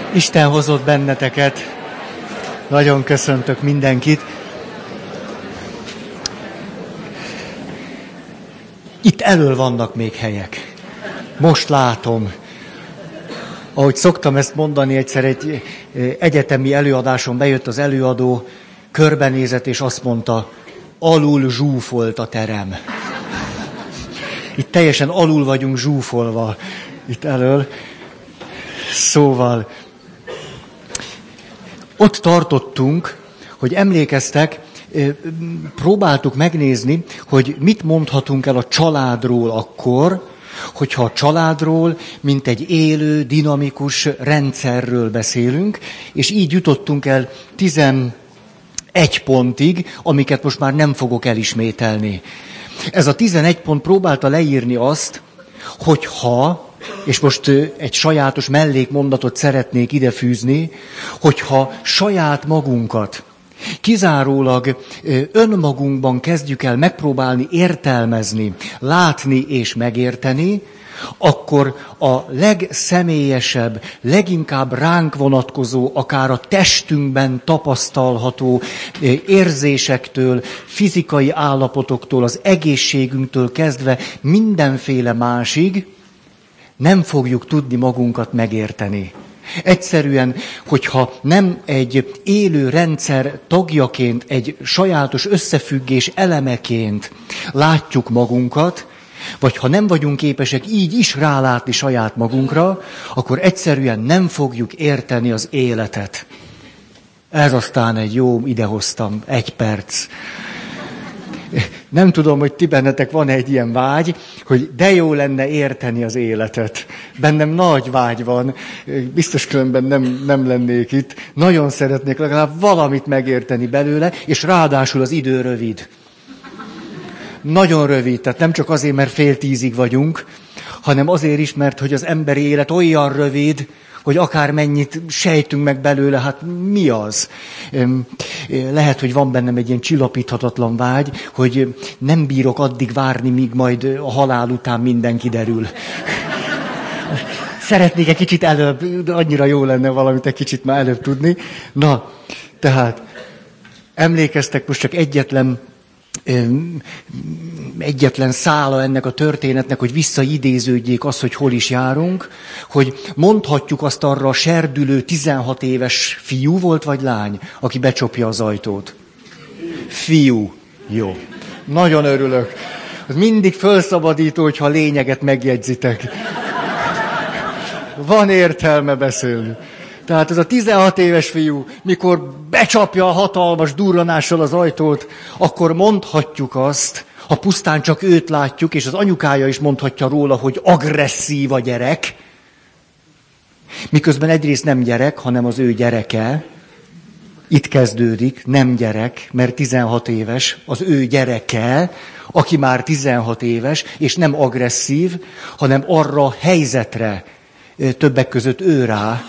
Isten hozott benneteket. Nagyon köszöntök mindenkit. Itt elől vannak még helyek. Most látom. Ahogy szoktam ezt mondani, egyszer egy egyetemi előadáson bejött az előadó, körbenézett és azt mondta, alul zsúfolt a terem. Itt teljesen alul vagyunk zsúfolva. Itt elől. Szóval ott tartottunk, hogy emlékeztek, próbáltuk megnézni, hogy mit mondhatunk el a családról akkor, hogyha a családról, mint egy élő, dinamikus rendszerről beszélünk, és így jutottunk el 11 pontig, amiket most már nem fogok elismételni. Ez a 11 pont próbálta leírni azt, hogyha, és most egy sajátos mellékmondatot szeretnék idefűzni, hogyha saját magunkat kizárólag önmagunkban kezdjük el megpróbálni értelmezni, látni és megérteni, akkor a legszemélyesebb, leginkább ránk vonatkozó, akár a testünkben tapasztalható érzésektől, fizikai állapotoktól, az egészségünktől kezdve mindenféle másig nem fogjuk tudni magunkat megérteni. Egyszerűen, hogyha nem egy élő rendszer tagjaként, egy sajátos összefüggés elemeként látjuk magunkat, vagy ha nem vagyunk képesek így is rálátni saját magunkra, akkor egyszerűen nem fogjuk érteni az életet. Ez aztán egy jó, idehoztam, 1 perc. Nem tudom, hogy ti bennetek van egy ilyen vágy, hogy de jó lenne érteni az életet. Bennem nagy vágy van, biztos különben nem lennék itt. Nagyon szeretnék legalább valamit megérteni belőle, és ráadásul az idő rövid. Nagyon rövid, tehát nem csak azért, mert 9:30 vagyunk, hanem azért is, mert hogy az emberi élet olyan rövid, hogy akármennyit sejtünk meg belőle, hát mi az? Lehet, hogy van bennem egy ilyen csillapíthatatlan vágy, hogy nem bírok addig várni, míg majd a halál után minden kiderül. Szeretnék egy kicsit előbb, de annyira jó lenne valamit egy kicsit már előbb tudni. Na, tehát emlékeztek, most csak egyetlen szála ennek a történetnek, hogy visszaidéződjék az, hogy hol is járunk, hogy mondhatjuk azt arra a serdülő 16 éves fiú volt, vagy lány, aki becsopja az ajtót. Fiú. Jó. Nagyon örülök. Az mindig felszabadító, hogyha a lényeget megjegyzitek. Van értelme beszélni. Tehát ez a 16 éves fiú, mikor becsapja a hatalmas durranással az ajtót, akkor mondhatjuk azt, ha pusztán csak őt látjuk, és az anyukája is mondhatja róla, hogy agresszív a gyerek, miközben egyrészt nem gyerek, hanem az ő gyereke. Itt kezdődik, nem gyerek, mert 16 éves, az ő gyereke, aki már 16 éves, és nem agresszív, hanem arra a helyzetre, többek között ő rá,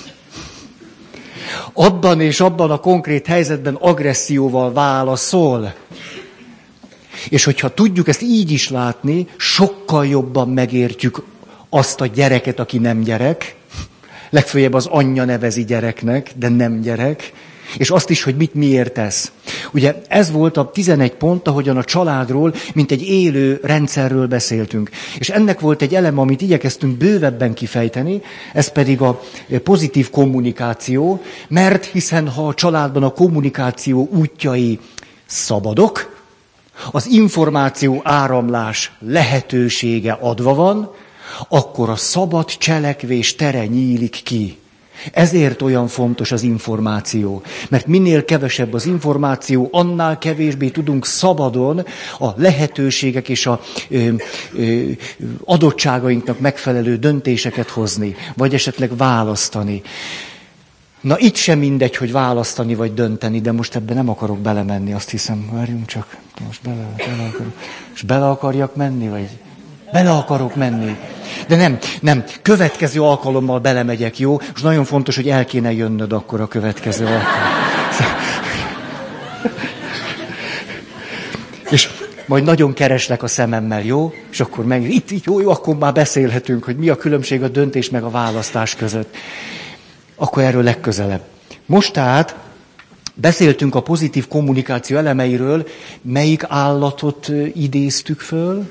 abban és abban a konkrét helyzetben agresszióval válaszol. És hogyha tudjuk ezt így is látni, sokkal jobban megértjük azt a gyereket, aki nem gyerek. Legfőjebb az anyja nevezi gyereknek, de nem gyerek. És azt is, hogy mit miért tesz. Ugye ez volt a 11 pont, ahogyan a családról, mint egy élő rendszerről beszéltünk. És ennek volt egy elem, amit igyekeztünk bővebben kifejteni, ez pedig a pozitív kommunikáció, mert hiszen ha a családban a kommunikáció útjai szabadok, az információ áramlás lehetősége adva van, akkor a szabad cselekvés tere nyílik ki. Ezért olyan fontos az információ, mert minél kevesebb az információ, annál kevésbé tudunk szabadon a lehetőségek és a adottságainknak megfelelő döntéseket hozni, vagy esetleg választani. Na itt sem mindegy, hogy választani vagy dönteni, de most ebben nem akarok belemenni, azt hiszem, várjunk csak, most bele akarok. És bele akarjak menni, vagy? Bele akarok menni. De nem, következő alkalommal belemegyek, jó? És nagyon fontos, hogy el kéne jönnöd akkor a következő alkalommal. És majd nagyon kereslek a szememmel, jó? És akkor itt jó, akkor már beszélhetünk, hogy mi a különbség a döntés meg a választás között. Akkor erről legközelebb. Most tehát beszéltünk a pozitív kommunikáció elemeiről. Melyik állatot idéztük föl?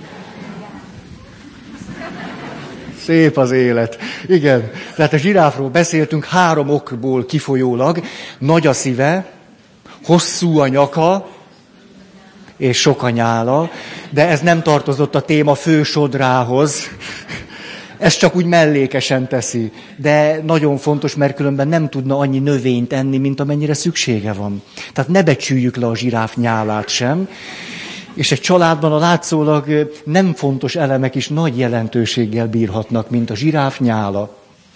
Szép az élet. Igen. Tehát a zsiráfról beszéltünk 3 okból kifolyólag. Nagy a szíve, hosszú a nyaka, és sok a nyála, de ez nem tartozott a téma fősodrához. Ez csak úgy mellékesen teszi, de nagyon fontos, mert különben nem tudna annyi növényt enni, mint amennyire szüksége van. Tehát ne becsüljük le a zsiráf nyálát sem, és egy családban a látszólag nem fontos elemek is nagy jelentőséggel bírhatnak, mint a zsiráf nyála.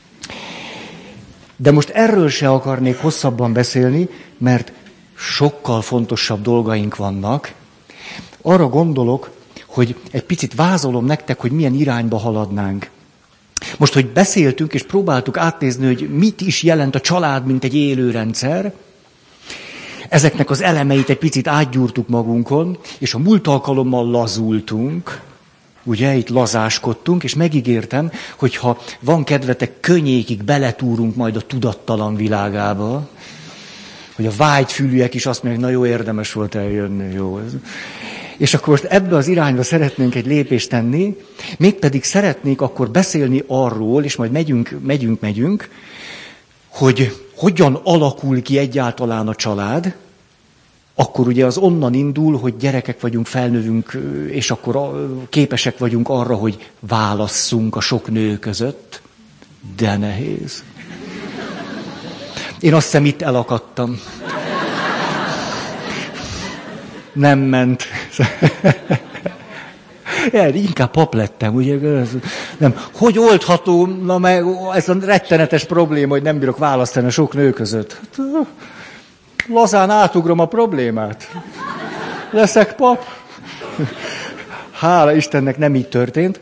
De most erről se akarnék hosszabban beszélni, mert sokkal fontosabb dolgaink vannak. Arra gondolok, hogy egy picit vázolom nektek, hogy milyen irányba haladnánk. Most, hogy beszéltünk és próbáltuk átnézni, hogy mit is jelent a család, mint egy élő rendszer, ezeknek az elemeit egy picit átgyúrtuk magunkon, és a múlt alkalommal lazultunk, ugye, itt lazáskodtunk, és megígértem, hogy ha van kedvetek, könnyékig beletúrunk majd a tudattalan világába, hogy a vágyfülűek is azt mondják, na jó, érdemes volt eljönni, jó. És akkor most ebbe az irányba szeretnénk egy lépést tenni, mégpedig szeretnék akkor beszélni arról, és majd megyünk, hogy hogyan alakul ki egyáltalán a család, akkor ugye az onnan indul, hogy gyerekek vagyunk, felnövünk, és akkor képesek vagyunk arra, hogy válasszunk a sok nő között, de nehéz. Én azt hiszem, itt elakadtam. Nem ment. Inkább pap lettem, ugye? Nem. Hogy oldható, na meg ez a rettenetes probléma, hogy nem bírok választani a sok nő között. Lazán átugrom a problémát. Leszek pap. Hála Istennek nem így történt.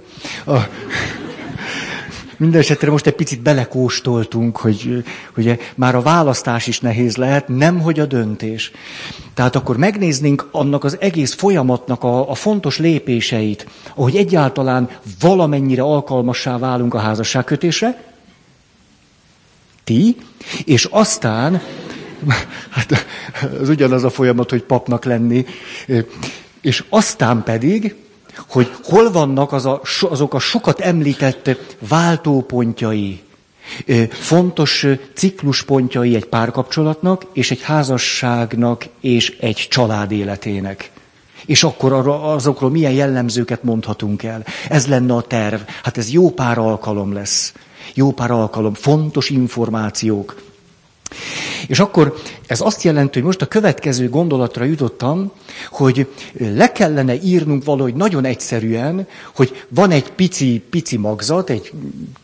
Mindenesetre most egy picit belekóstoltunk, hogy ugye már a választás is nehéz lehet, nemhogy a döntés. Tehát akkor megnéznénk annak az egész folyamatnak a fontos lépéseit, ahogy egyáltalán valamennyire alkalmassá válunk a házasságkötésre, ti, és aztán, hát az ugyanaz a folyamat, hogy papnak lenni, és aztán pedig, hogy hol vannak azok a sokat említett váltópontjai, fontos cikluspontjai egy párkapcsolatnak, és egy házasságnak, és egy család életének. És akkor azokról milyen jellemzőket mondhatunk el. Ez lenne a terv. Hát ez jó pár alkalom lesz. Jó pár alkalom, fontos információk. És akkor ez azt jelenti, hogy most a következő gondolatra jutottam, hogy le kellene írnunk valahogy nagyon egyszerűen, hogy van egy pici magzat, egy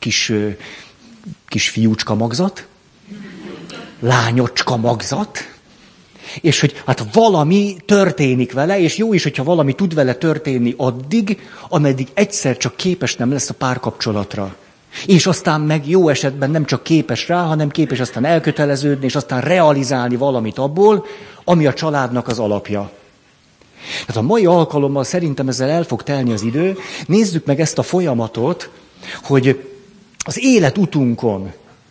kis fiúcska magzat, lányocska magzat, és hogy hát valami történik vele, és jó is, hogyha valami tud vele történni addig, ameddig egyszer csak képes nem lesz a párkapcsolatra. És aztán meg jó esetben nem csak képes rá, hanem képes aztán elköteleződni, és aztán realizálni valamit abból, ami a családnak az alapja. Tehát a mai alkalommal szerintem ezzel el fog telni az idő. Nézzük meg ezt a folyamatot, hogy az életutunkon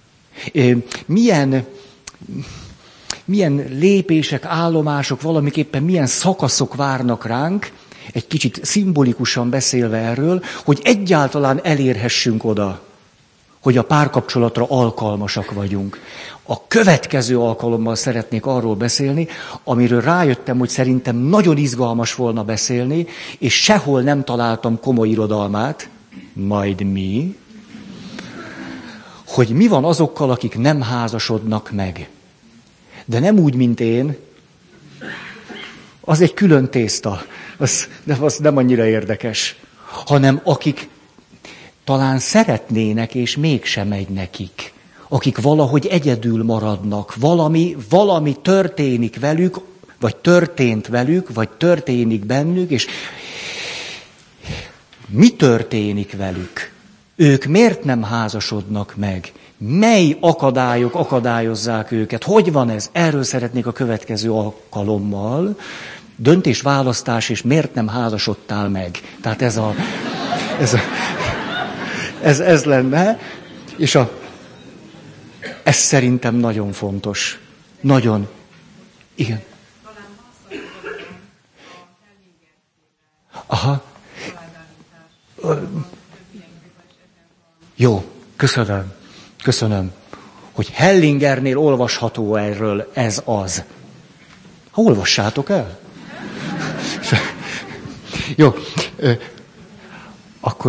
milyen lépések, állomások, valamiképpen milyen szakaszok várnak ránk, egy kicsit szimbolikusan beszélve erről, hogy egyáltalán elérhessünk oda, hogy a párkapcsolatra alkalmasak vagyunk. A következő alkalommal szeretnék arról beszélni, amiről rájöttem, hogy szerintem nagyon izgalmas volna beszélni, és sehol nem találtam komoly irodalmát, majd mi, hogy mi van azokkal, akik nem házasodnak meg. De nem úgy, mint én, az egy külön tészta, az nem annyira érdekes, hanem akik talán szeretnének, és mégsem megy nekik. Akik valahogy egyedül maradnak, valami történik velük, vagy történt velük, vagy történik bennük, és mi történik velük? Ők miért nem házasodnak meg? Mely akadályok akadályozzák őket? Hogy van ez? Erről szeretnék a következő alkalommal. Döntésválasztás, és miért nem házasodtál meg? Tehát ez lenne. És Ez szerintem nagyon fontos. Nagyon. Igen. Aha. Jó, köszönöm. Hogy Hellingernél olvasható erről, ez az. Ha olvassátok el. Jó, akkor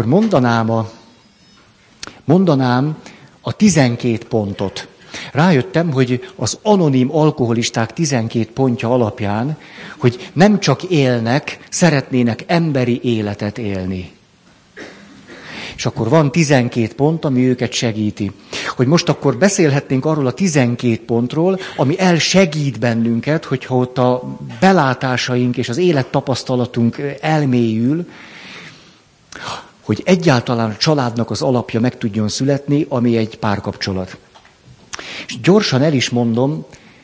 mondanám a 12 pontot. Rájöttem, hogy az anonim alkoholisták 12 pontja alapján, hogy nem csak élnek, szeretnének emberi életet élni. És akkor van 12 pont, ami őket segíti. Hogy most akkor beszélhetnénk arról a 12 pontról, ami elsegít bennünket, hogyha ott a belátásaink és az élettapasztalatunk elmélyül, hogy egyáltalán a családnak az alapja meg tudjon születni, ami egy párkapcsolat. És gyorsan el is mondom,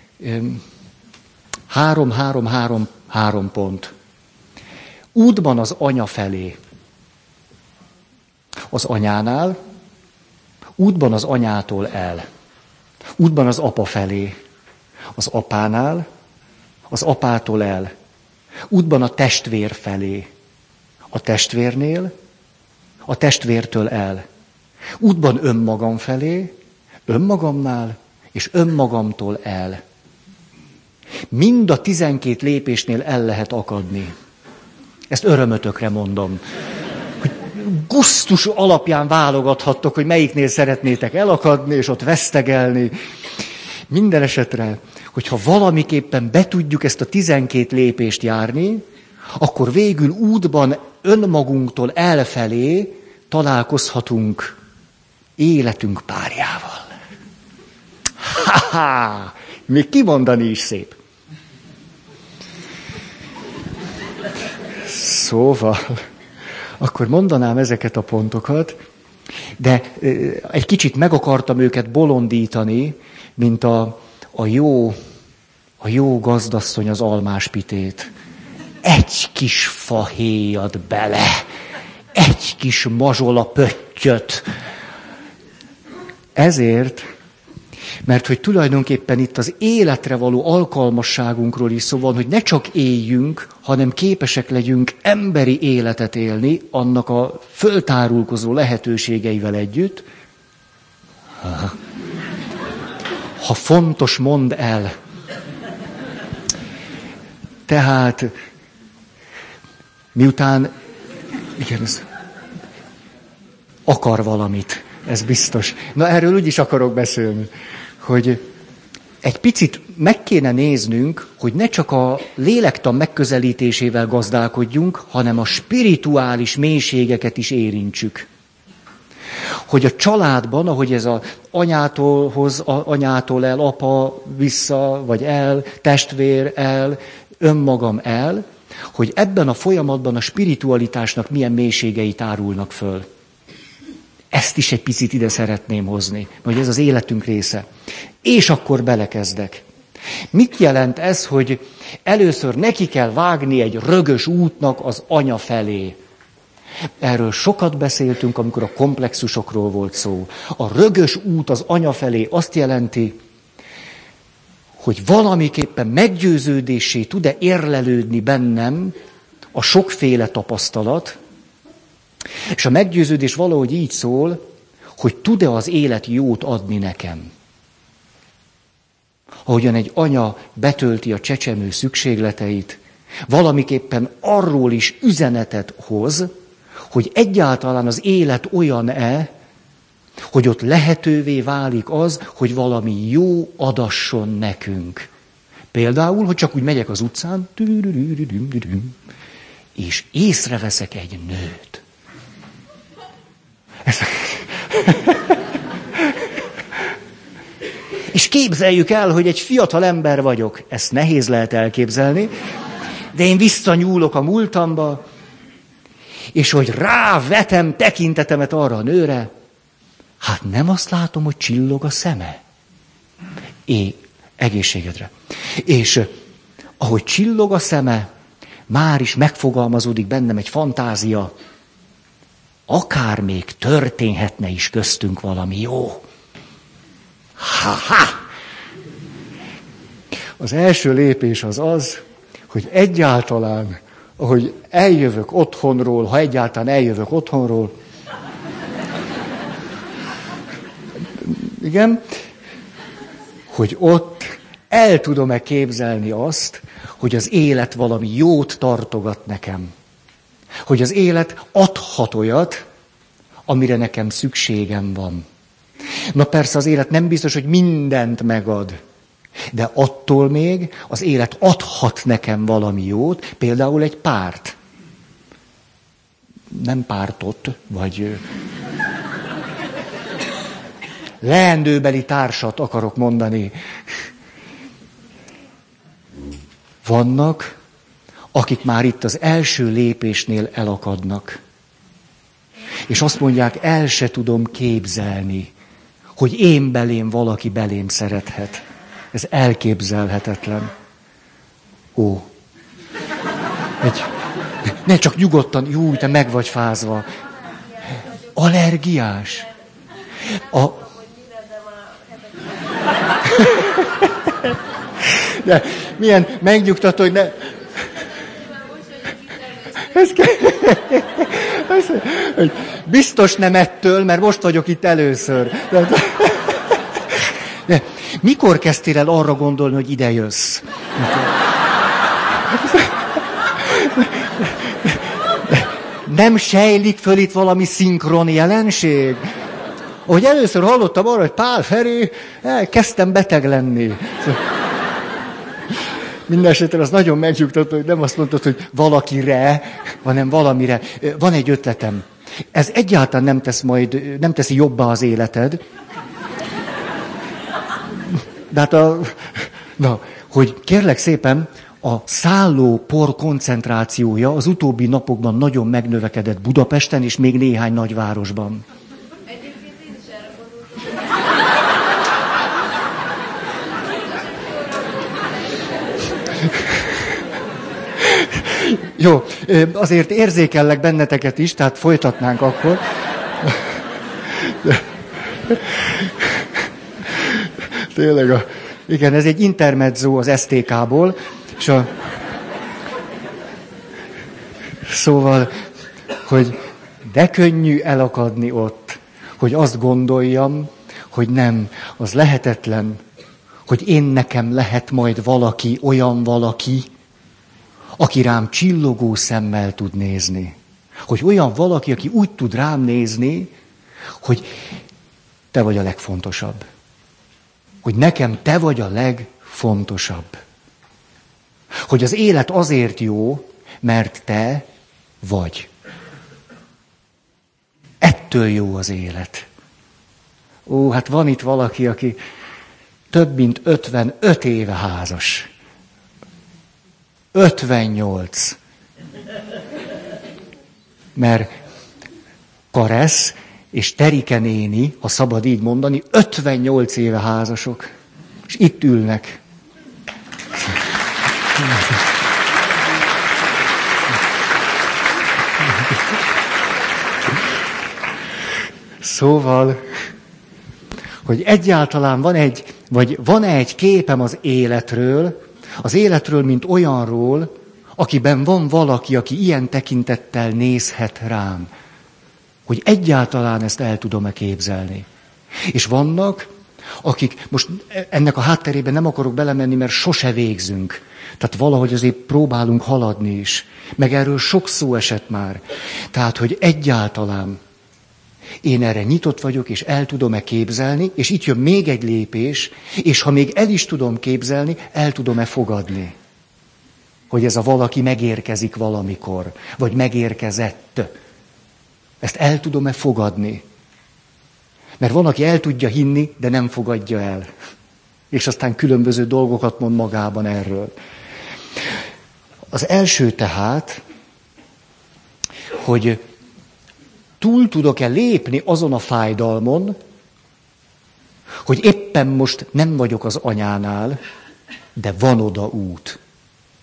3 pont. Útban az anya felé. Az anyánál, útban az anyától el. Útban az apa felé. Az apánál, az apától el. Útban a testvér felé. A testvérnél, a testvértől el. Útban önmagam felé, önmagamnál, és önmagamtól el. Mind a 12 lépésnél el lehet akadni. Ezt örömötökre mondom. Hogy gusztus alapján válogathattok, hogy melyiknél szeretnétek elakadni, és ott vesztegelni. Minden esetre, hogyha valamiképpen be tudjuk ezt a 12 lépést járni, akkor végül útban önmagunktól elfelé találkozhatunk életünk párjával. Ha-ha! Még kimondani is szép. Szóval, akkor mondanám ezeket a pontokat, de egy kicsit meg akartam őket bolondítani, mint a jó gazdasszony az almáspitét. Egy kis fahéjat bele, egy kis mazsola pöttyöt. Ezért, mert hogy tulajdonképpen itt az életre való alkalmasságunkról is szó van, hogy ne csak éljünk, hanem képesek legyünk emberi életet élni, annak a föltárulkozó lehetőségeivel együtt. Ha fontos, mondd el. Tehát, miután, igen, ez akar valamit, ez biztos. Na, erről úgy is akarok beszélni, hogy egy picit meg kéne néznünk, hogy ne csak a lélektan megközelítésével gazdálkodjunk, hanem a spirituális mélységeket is érintsük. Hogy a családban, ahogy ez az anyától el, apa vissza, vagy el, testvér el, önmagam el, hogy ebben a folyamatban a spiritualitásnak milyen mélységei tárulnak föl. Ezt is egy picit ide szeretném hozni, hogy ez az életünk része. És akkor belekezdek. Mit jelent ez, hogy először neki kell vágni egy rögös útnak az anya felé? Erről sokat beszéltünk, amikor a komplexusokról volt szó. A rögös út az anya felé azt jelenti, hogy valamiképpen meggyőződéssé tud-e érlelődni bennem a sokféle tapasztalat, és a meggyőződés valahogy így szól, hogy tud-e az élet jót adni nekem. Ahogyan egy anya betölti a csecsemő szükségleteit, valamiképpen arról is üzenetet hoz, hogy egyáltalán az élet olyan-e, hogy ott lehetővé válik az, hogy valami jó adasson nekünk. Például, hogy csak úgy megyek az utcán, és észreveszek egy nőt. És képzeljük el, hogy egy fiatal ember vagyok. Ezt nehéz lehet elképzelni, de én visszanyúlok a múltamba, és hogy rávetem tekintetemet arra a nőre, hát nem azt látom, hogy csillog a szeme. Egészségedre. És ahogy csillog a szeme, már is megfogalmazódik bennem egy fantázia, akár még történhetne is köztünk valami jó. Az első lépés az, hogy egyáltalán, ahogy eljövök otthonról, ha egyáltalán eljövök otthonról, igen, hogy ott el tudom-e képzelni azt, hogy az élet valami jót tartogat nekem. Hogy az élet adhat olyat, amire nekem szükségem van. Na persze az élet nem biztos, hogy mindent megad. De attól még az élet adhat nekem valami jót, például egy párt. Nem pártot, vagy leendőbeli társat akarok mondani. Vannak, akik már itt az első lépésnél elakadnak. És azt mondják, el se tudom képzelni, hogy én belém valaki belém szerethet. Ez elképzelhetetlen. Ó. Ne csak nyugodtan, jó, te meg vagy fázva. Allergiás. De milyen megnyugtató, hogy ne... Biztos nem ettől, mert most vagyok itt először. De mikor kezdtél el arra gondolni, hogy ide jössz? Nem sejlik föl itt valami szinkron jelenség? Ahogy először hallottam arra, hogy Pál Feri, kezdtem beteg lenni. Mindenesetre az nagyon megnyugtató, hogy nem azt mondtad, hogy valakire, hanem valamire. Van egy ötletem. Ez egyáltalán nem teszi jobbá az életed. De hát hogy kérlek szépen, a szállópor koncentrációja az utóbbi napokban nagyon megnövekedett Budapesten és még néhány nagyvárosban. Egyébként én is erre gondoltam. Jó, azért érzékellek benneteket is, tehát folytatnánk akkor. Tényleg, igen, ez egy intermezzo az STK-ból, és szóval, hogy de könnyű elakadni ott, hogy azt gondoljam, hogy nem, az lehetetlen, hogy én nekem lehet majd valaki, olyan valaki, aki rám csillogó szemmel tud nézni. Hogy olyan valaki, aki úgy tud rám nézni, hogy te vagy a legfontosabb. Hogy nekem te vagy a legfontosabb. Hogy az élet azért jó, mert te vagy. Ettől jó az élet. Ó, hát van itt valaki, aki több mint 55 éve házas. 58. Mert Karesz és Terike néni, ha szabad így mondani, 58 éve házasok. És itt ülnek. Szóval, hogy egyáltalán van-e egy képem az életről, mint olyanról, akiben van valaki, aki ilyen tekintettel nézhet rám. Hogy egyáltalán ezt el tudom-e képzelni. És vannak, akik, most ennek a hátterében nem akarok belemenni, mert sose végzünk. Tehát valahogy azért próbálunk haladni is. Meg erről sok szó esett már. Tehát, hogy egyáltalán én erre nyitott vagyok, és el tudom-e képzelni, és itt jön még egy lépés, és ha még el is tudom képzelni, el tudom-e fogadni. Hogy ez a valaki megérkezik valamikor, vagy megérkezett. Ezt el tudom-e fogadni? Mert van, aki el tudja hinni, de nem fogadja el. És aztán különböző dolgokat mond magában erről. Az első tehát, hogy túl tudok-e lépni azon a fájdalmon, hogy éppen most nem vagyok az anyánál, de van oda út.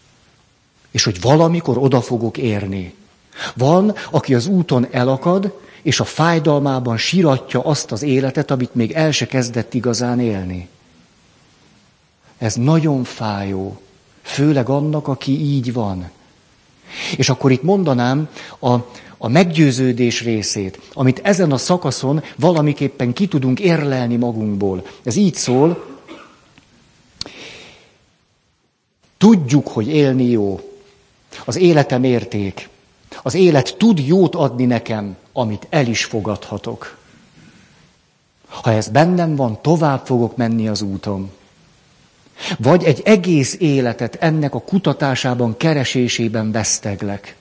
És hogy valamikor oda fogok érni. Van, aki az úton elakad, és a fájdalmában siratja azt az életet, amit még el se kezdett igazán élni. Ez nagyon fájó, főleg annak, aki így van. És akkor itt mondanám a meggyőződés részét, amit ezen a szakaszon valamiképpen ki tudunk érlelni magunkból. Ez így szól, tudjuk, hogy élni jó. Az életem érték. Az élet tud jót adni nekem, amit el is fogadhatok. Ha ez bennem van, tovább fogok menni az úton. Vagy egy egész életet ennek a kutatásában, keresésében veszteglek.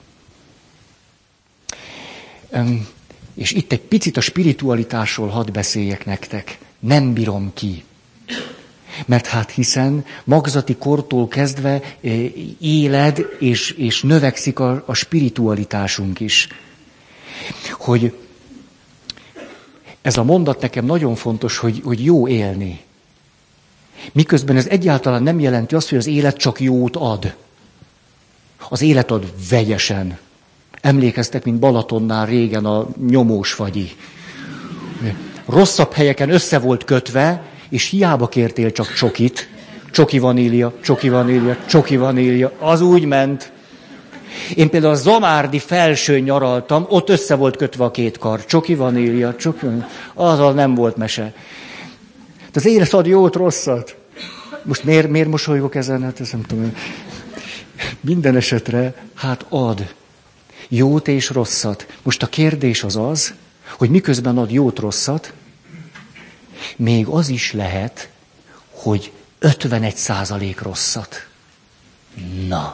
És itt egy picit a spiritualitásról hadd beszéljek nektek. Nem bírom ki. Mert hát hiszen magzati kortól kezdve éled és növekszik a spiritualitásunk is. Hogy ez a mondat nekem nagyon fontos, hogy jó élni. Miközben ez egyáltalán nem jelenti azt, hogy az élet csak jót ad. Az élet ad vegyesen. Emlékeztek, mint Balatonnál régen a nyomós fagyi. Rosszabb helyeken össze volt kötve, és hiába kértél csak csokit. Csoki vanília, csoki vanília, csoki vanília. Az úgy ment. Én például a Zamárdi Felsőn nyaraltam, ott össze volt kötve a két kar. Csoki vanília, csoki vanília. Azzal nem volt mese. De az élet ad jót, rosszat. Most miért mosolygok ezen? Hát ezt nem tudom. Minden esetre, hát ad jót és rosszat. Most a kérdés az, hogy miközben ad jót, rosszat, még az is lehet, hogy 51% rosszat. Na.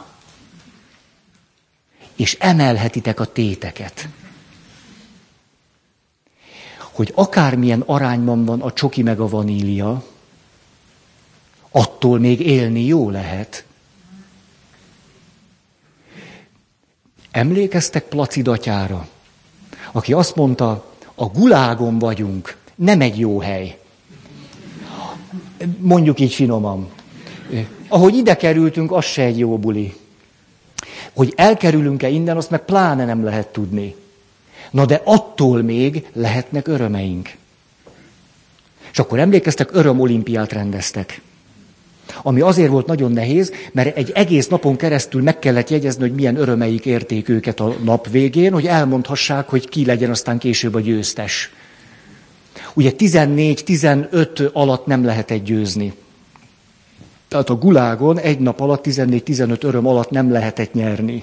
És emelhetitek a téteket. Hogy akármilyen arányban van a csoki meg a vanília, attól még élni jó lehet. Emlékeztek Placid atyára, aki azt mondta, a gulágon vagyunk, nem egy jó hely. Mondjuk így finoman. Ahogy ide kerültünk, az se egy jó buli. Hogy elkerülünk-e innen, azt meg pláne nem lehet tudni. Na de attól még lehetnek örömeink. És akkor emlékeztek, örömolimpiát rendeztek. Ami azért volt nagyon nehéz, mert egy egész napon keresztül meg kellett jegyezni, hogy milyen örömeik érték őket a nap végén, hogy elmondhassák, hogy ki legyen aztán később a győztes. Ugye 14-15 alatt nem lehet győzni. Tehát a gulágon egy nap alatt, 14-15 öröm alatt nem lehetett nyerni.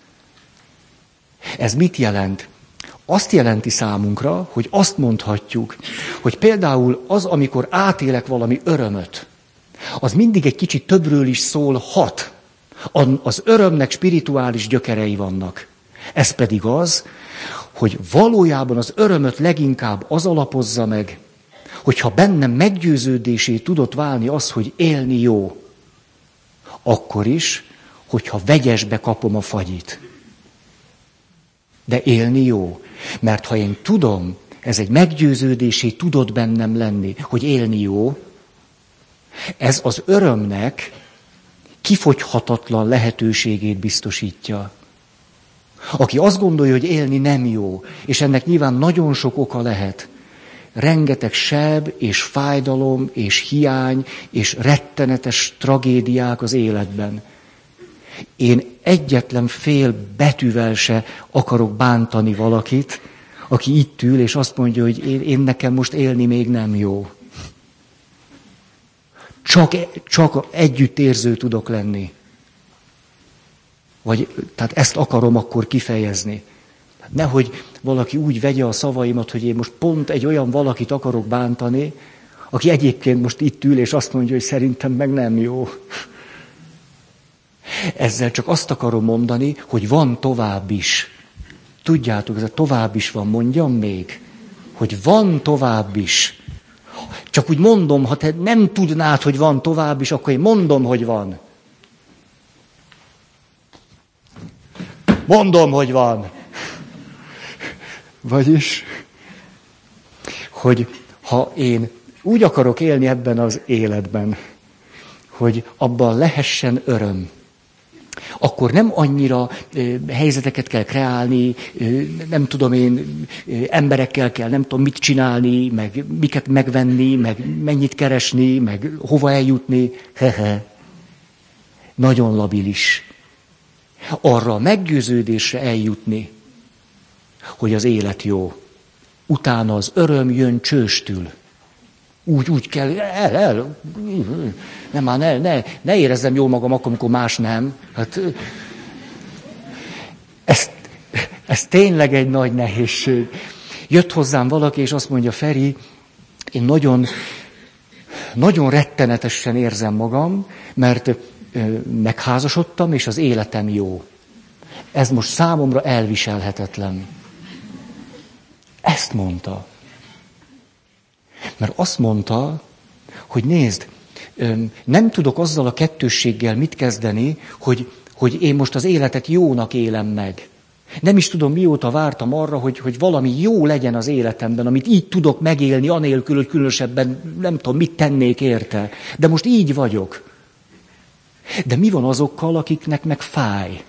Ez mit jelent? Azt jelenti számunkra, hogy azt mondhatjuk, hogy például az, amikor átélek valami örömöt, az mindig egy kicsit többről is szólhat. Az örömnek spirituális gyökerei vannak. Ez pedig az, hogy valójában az örömöt leginkább az alapozza meg, hogyha bennem meggyőződésé tudott válni az, hogy élni jó, akkor is, hogyha vegyesbe kapom a fagyit. De élni jó. Mert ha én tudom, ez egy meggyőződésé tudott bennem lenni, hogy élni jó, ez az örömnek kifogyhatatlan lehetőségét biztosítja. Aki azt gondolja, hogy élni nem jó, és ennek nyilván nagyon sok oka lehet. Rengeteg seb, és fájdalom, és hiány, és rettenetes tragédiák az életben. Én egyetlen fél betűvel se akarok bántani valakit, aki itt ül, és azt mondja, hogy én nekem most élni még nem jó. Csak együttérző tudok lenni. Tehát ezt akarom akkor kifejezni. Nehogy valaki úgy vegye a szavaimat, hogy én most pont egy olyan valakit akarok bántani, aki egyébként most itt ül, és azt mondja, hogy szerintem meg nem jó. Ezzel csak azt akarom mondani, hogy van tovább is. Tudjátok, ez a tovább is van, mondjam még, hogy van tovább is. Csak úgy mondom, ha te nem tudnád, hogy van tovább is, akkor én mondom, hogy van. Mondom, hogy van. Vagyis, hogy ha én úgy akarok élni ebben az életben, hogy abban lehessen öröm, akkor nem annyira helyzeteket kell kreálni, nem tudom én, emberekkel kell nem tudom mit csinálni, meg miket megvenni, meg mennyit keresni, meg hova eljutni. Nagyon labilis. Arra a meggyőződésre eljutni, hogy az élet jó. Utána az öröm jön csőstül. Úgy kell, nem, már ne érezzem jól magam akkor, amikor más nem. Hát, ez tényleg egy nagy nehézség. Jött hozzám valaki, és azt mondja, Feri, én nagyon, nagyon rettenetesen érzem magam, mert megházasodtam, és az életem jó. Ez most számomra elviselhetetlen. Ezt mondta. Mert azt mondta, hogy nézd, nem tudok azzal a kettősséggel mit kezdeni, hogy én most az életet jónak élem meg. Nem is tudom, mióta vártam arra, hogy valami jó legyen az életemben, amit így tudok megélni, anélkül, hogy különösebben nem tudom, mit tennék érte. De most így vagyok. De mi van azokkal, akiknek meg fáj?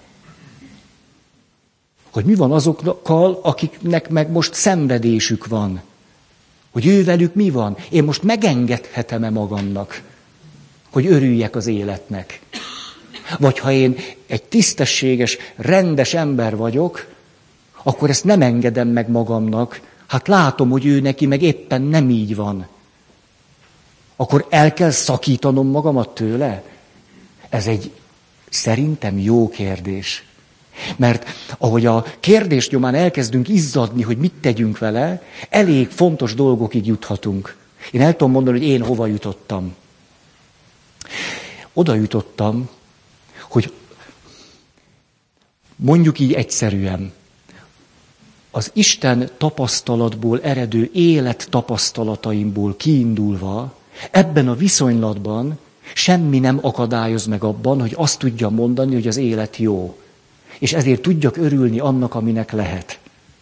Hogy mi van azokkal, akiknek meg most szenvedésük van? Hogy ővelük mi van? Én most megengedhetem-e magamnak, hogy örüljek az életnek? Vagy ha én egy tisztességes, rendes ember vagyok, akkor ezt nem engedem meg magamnak. Hát látom, hogy ő neki meg éppen nem így van. Akkor el kell szakítanom magamat tőle? Ez egy szerintem jó kérdés. Mert ahogy a kérdés nyomán elkezdünk izzadni, hogy mit tegyünk vele, elég fontos dolgokig juthatunk. Én el tudom mondani, hogy én hova jutottam. Oda jutottam, hogy mondjuk így egyszerűen, az Isten tapasztalatból eredő élet tapasztalataimból kiindulva, ebben a viszonylatban semmi nem akadályoz meg abban, hogy azt tudjam mondani, hogy az élet jó. És ezért tudjak örülni annak, aminek lehet.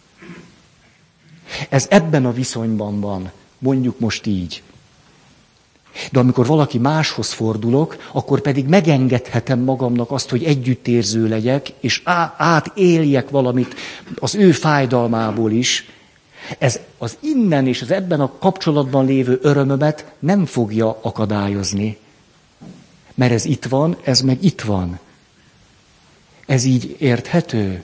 Ez ebben a viszonyban van, mondjuk most így. De amikor valaki máshoz fordulok, akkor pedig megengedhetem magamnak azt, hogy együttérző legyek, és átéljek valamit az ő fájdalmából is. Ez az innen és az ebben a kapcsolatban lévő örömömet nem fogja akadályozni. Mert ez itt van, ez meg itt van. Ez így érthető?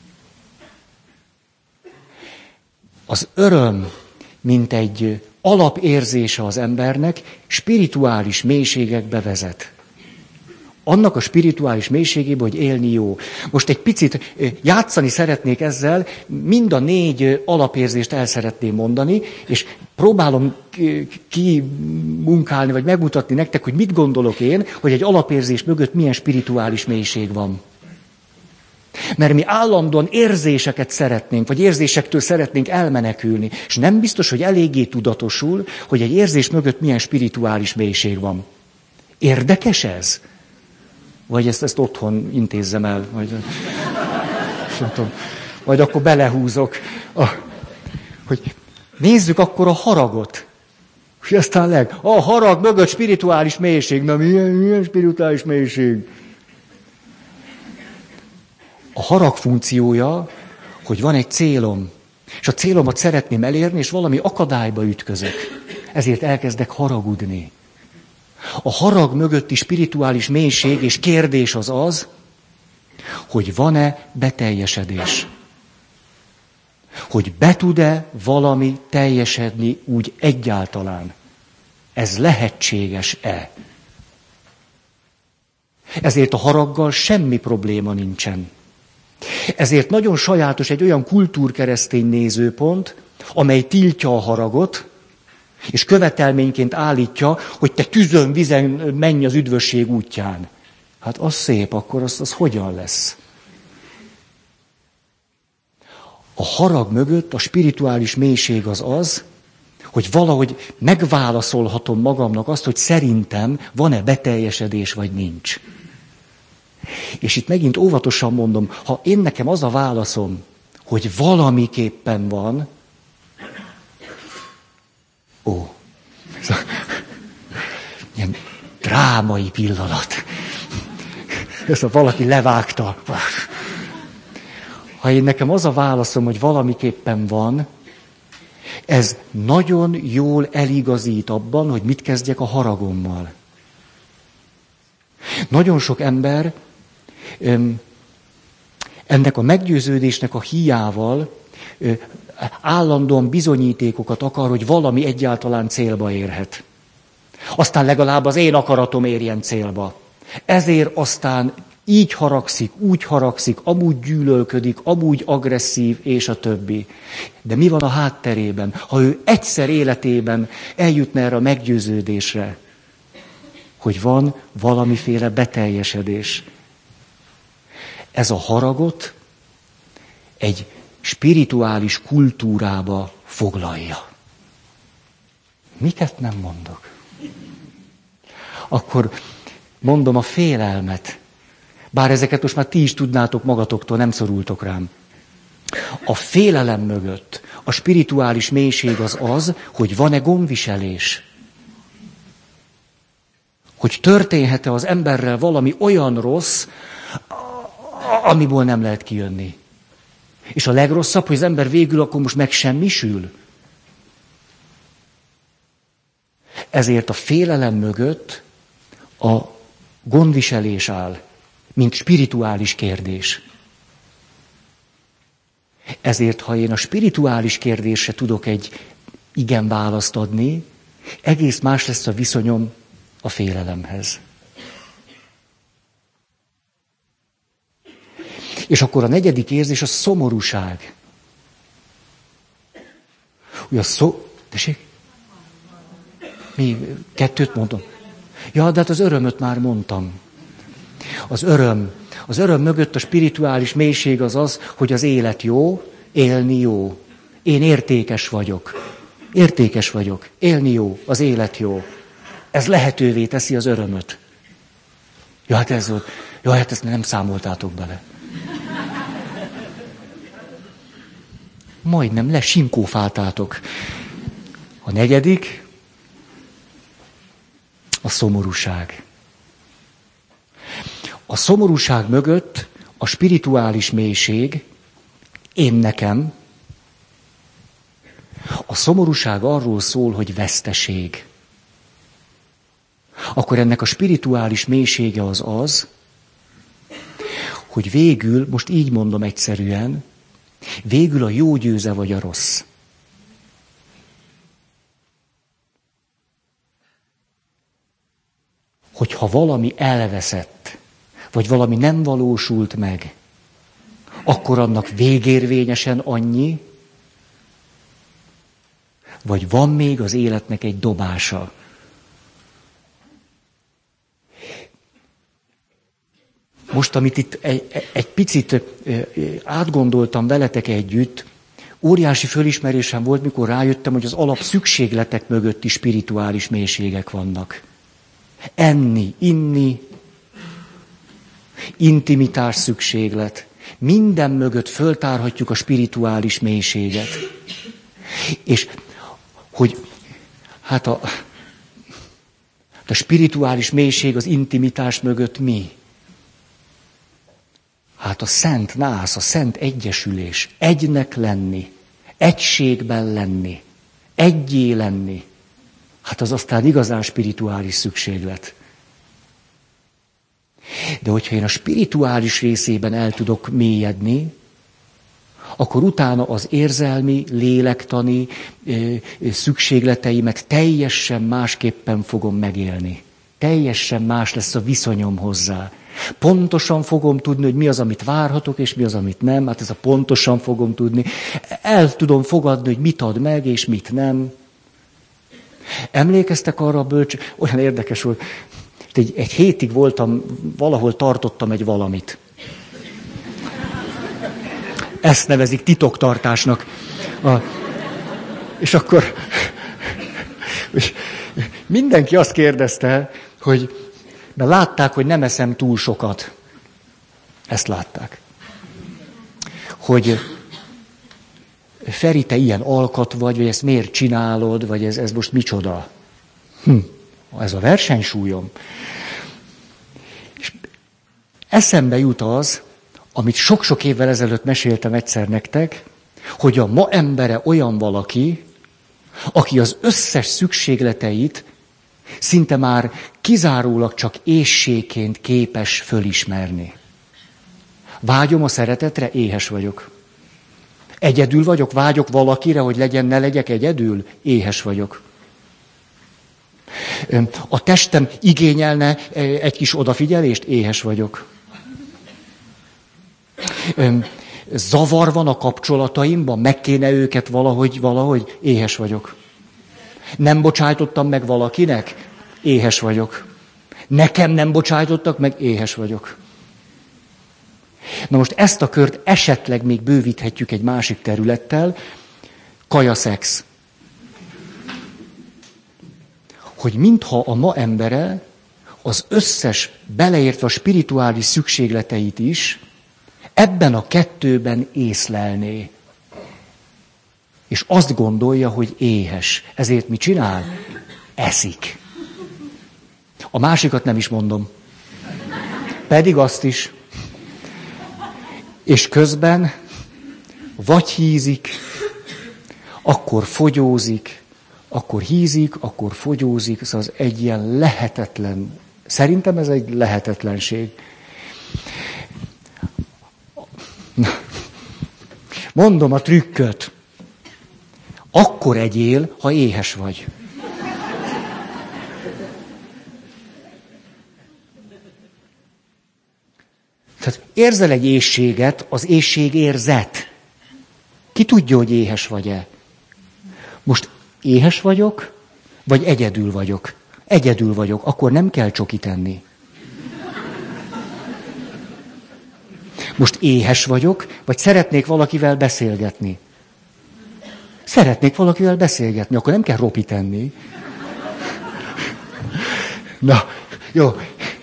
Az öröm, mint egy alapérzése az embernek, spirituális mélységekbe vezet. Annak a spirituális mélységébe, hogy élni jó. Most egy picit játszani szeretnék ezzel, mind a 4 alapérzést el szeretném mondani, és próbálom kimunkálni, vagy megmutatni nektek, hogy mit gondolok én, hogy egy alapérzés mögött milyen spirituális mélység van. Mert mi állandóan érzéseket szeretnénk, vagy érzésektől szeretnénk elmenekülni, és nem biztos, hogy eléggé tudatosul, hogy egy érzés mögött milyen spirituális mélység van. Érdekes ez? Vagy ezt otthon intézzem el, vagy nem tudom, majd akkor belehúzok. Hogy nézzük akkor a haragot. És aztán a harag mögött spirituális mélység. Na milyen spirituális mélység? A harag funkciója, hogy van egy célom, és a célomat szeretném elérni, és valami akadályba ütközök. Ezért elkezdek haragudni. A harag mögötti spirituális mélység és kérdés az, hogy van-e beteljesedés. Hogy be tud-e valami teljesedni úgy egyáltalán. Ez lehetséges-e? Ezért a haraggal semmi probléma nincsen. Ezért nagyon sajátos egy olyan kultúrkeresztény nézőpont, amely tiltja a haragot, és követelményként állítja, hogy te tüzön, vizen menj az üdvösség útján. Hát az szép, akkor az hogyan lesz? A harag mögött a spirituális mélység az, hogy valahogy megválaszolhatom magamnak azt, hogy szerintem van-e beteljesedés, vagy nincs. És itt megint óvatosan mondom, ha én nekem az a válaszom, hogy valamiképpen van, ilyen drámai pillanat. Ezt valaki levágta. Ha én nekem az a válaszom, hogy valamiképpen van, ez nagyon jól eligazít abban, hogy mit kezdjek a haragommal. Nagyon sok ember ennek a meggyőződésnek a híjával állandóan bizonyítékokat akar, hogy valami egyáltalán célba érhet. Aztán legalább az én akaratom érjen célba. Ezért aztán így haragszik, úgy haragszik, amúgy gyűlölködik, amúgy agresszív, és a többi. De mi van a hátterében? Ha ő egyszer életében eljutna erre a meggyőződésre, hogy van valamiféle beteljesedés. Ez a haragot egy spirituális kultúrába foglalja. Miket nem mondok? Akkor mondom a félelmet. Bár ezeket most már ti is tudnátok magatoktól, nem szorultok rám. A félelem mögött a spirituális mélység az, hogy van-e gondviselés. Hogy történhet-e az emberrel valami olyan rossz, amiből nem lehet kijönni. És a legrosszabb, hogy az ember végül akkor most megsemmisül. Ezért a félelem mögött a gondviselés áll, mint spirituális kérdés. Ezért, ha én a spirituális kérdésre tudok egy igen választ adni, egész más lesz a viszonyom a félelemhez. És akkor a negyedik érzés a szomorúság. Ugye Tessék? Mi? 2 mondom. Ja, de hát az örömöt már mondtam. Az öröm mögött a spirituális mélység az, hogy az élet jó, élni jó. Én értékes vagyok. Értékes vagyok. Élni jó, az élet jó. Ez lehetővé teszi az örömöt. Ja, hát ez volt. Ja, hát ezt nem számoltátok bele. Majdnem lesinkófáltátok. A negyedik, a szomorúság. A szomorúság mögött a spirituális mélység, én nekem. A szomorúság arról szól, hogy veszteség. Akkor ennek a spirituális mélysége az, hogy végül, most így mondom egyszerűen, végül a jó győze vagy a rossz. Hogyha valami elveszett, vagy valami nem valósult meg, akkor annak végérvényesen annyi, vagy van még az életnek egy dobása. Most, amit itt egy picit átgondoltam veletek együtt, óriási fölismerésem volt, mikor rájöttem, hogy az alapszükségletek mögött is spirituális mélységek vannak. Enni, inni, intimitás szükséglet. Minden mögött föltárhatjuk a spirituális mélységet. És hogy hát a spirituális mélység az intimitás mögött mi? Hát a szent nász, a szent egyesülés, egynek lenni, egységben lenni, egyé lenni. Hát az aztán igazán spirituális szükséglet. De hogyha én a spirituális részében el tudok mélyedni, akkor utána az érzelmi, lélektani szükségleteimet teljesen másképpen fogom megélni. Teljesen más lesz a viszonyom hozzá. Pontosan fogom tudni, hogy mi az, amit várhatok, és mi az, amit nem. Hát ez a pontosan fogom tudni. El tudom fogadni, hogy mit ad meg, és mit nem. Emlékeztek arra a olyan érdekes volt, egy hétig voltam, valahol tartottam egy valamit. Ezt nevezik titoktartásnak. És akkor és mindenki azt kérdezte, hogy mert látták, hogy nem eszem túl sokat. Ezt látták. Hogy Feri, te ilyen alkat vagy ezt miért csinálod, vagy ez most micsoda? Ez a versenysúlyom. eszembe jut az, amit sok-sok évvel ezelőtt meséltem egyszer nektek, hogy a ma embere olyan valaki, aki az összes szükségleteit szinte már kizárólag csak éhségként képes fölismerni. Vágyom a szeretetre, éhes vagyok. Egyedül vagyok, vágyok valakire, hogy ne legyek egyedül, éhes vagyok. A testem igényelne egy kis odafigyelést, éhes vagyok. Zavar van a kapcsolataimban, meg kéne őket valahogy, éhes vagyok. Nem bocsájtottam meg valakinek, éhes vagyok. Nekem nem bocsájtottak meg, éhes vagyok. Na most ezt a kört esetleg még bővíthetjük egy másik területtel, kajaszex. Hogy mintha a ma embere az összes, beleértve a spirituális szükségleteit is, ebben a kettőben észlelné. És azt gondolja, hogy éhes. Ezért mit csinál? Eszik. A másikat nem is mondom. Pedig azt is. És közben vagy hízik, akkor fogyózik, akkor hízik, akkor fogyózik. Szóval az egy ilyen lehetetlen, szerintem ez egy lehetetlenség. Mondom a trükköt. Akkor egyél, ha éhes vagy. Tehát érzel egy éhséget, az éhség érzet. Ki tudja, hogy éhes vagy-e? Most éhes vagyok, vagy egyedül vagyok? Egyedül vagyok, akkor nem kell csokit enni. Most éhes vagyok, vagy szeretnék valakivel beszélgetni? Szeretnék valakivel beszélgetni, akkor nem kell ropit enni. Na, jó.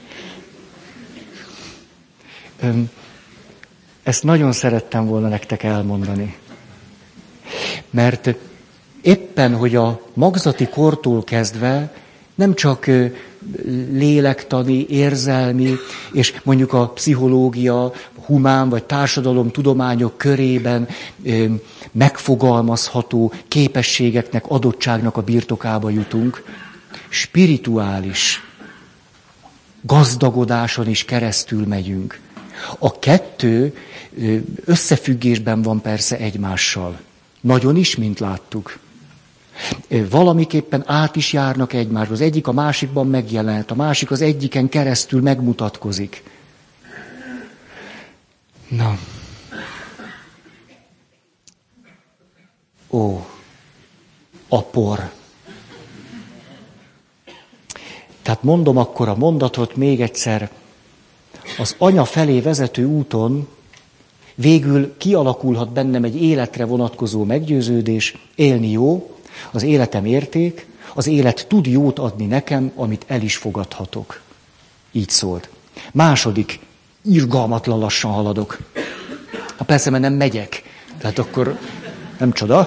Ezt nagyon szerettem volna nektek elmondani. Mert éppen, hogy a magzati kortól kezdve nem csak lélektani, érzelmi, és mondjuk a pszichológia, humán vagy társadalomtudományok körében megfogalmazható képességeknek, adottságnak a birtokába jutunk, spirituális gazdagodáson is keresztül megyünk. A kettő összefüggésben van persze egymással. Nagyon is, mint láttuk. Valamiképpen át is járnak egymásba. Az egyik a másikban megjelent, a másik az egyiken keresztül megmutatkozik. Na. Ó, a por. Tehát mondom akkor a mondatot még egyszer. Az anya felé vezető úton végül kialakulhat bennem egy életre vonatkozó meggyőződés, élni jó, az életem érték, az élet tud jót adni nekem, amit el is fogadhatok. Így szólt. Második, irgalmatlan lassan haladok. Persze, mert nem megyek. Tehát akkor nem csoda.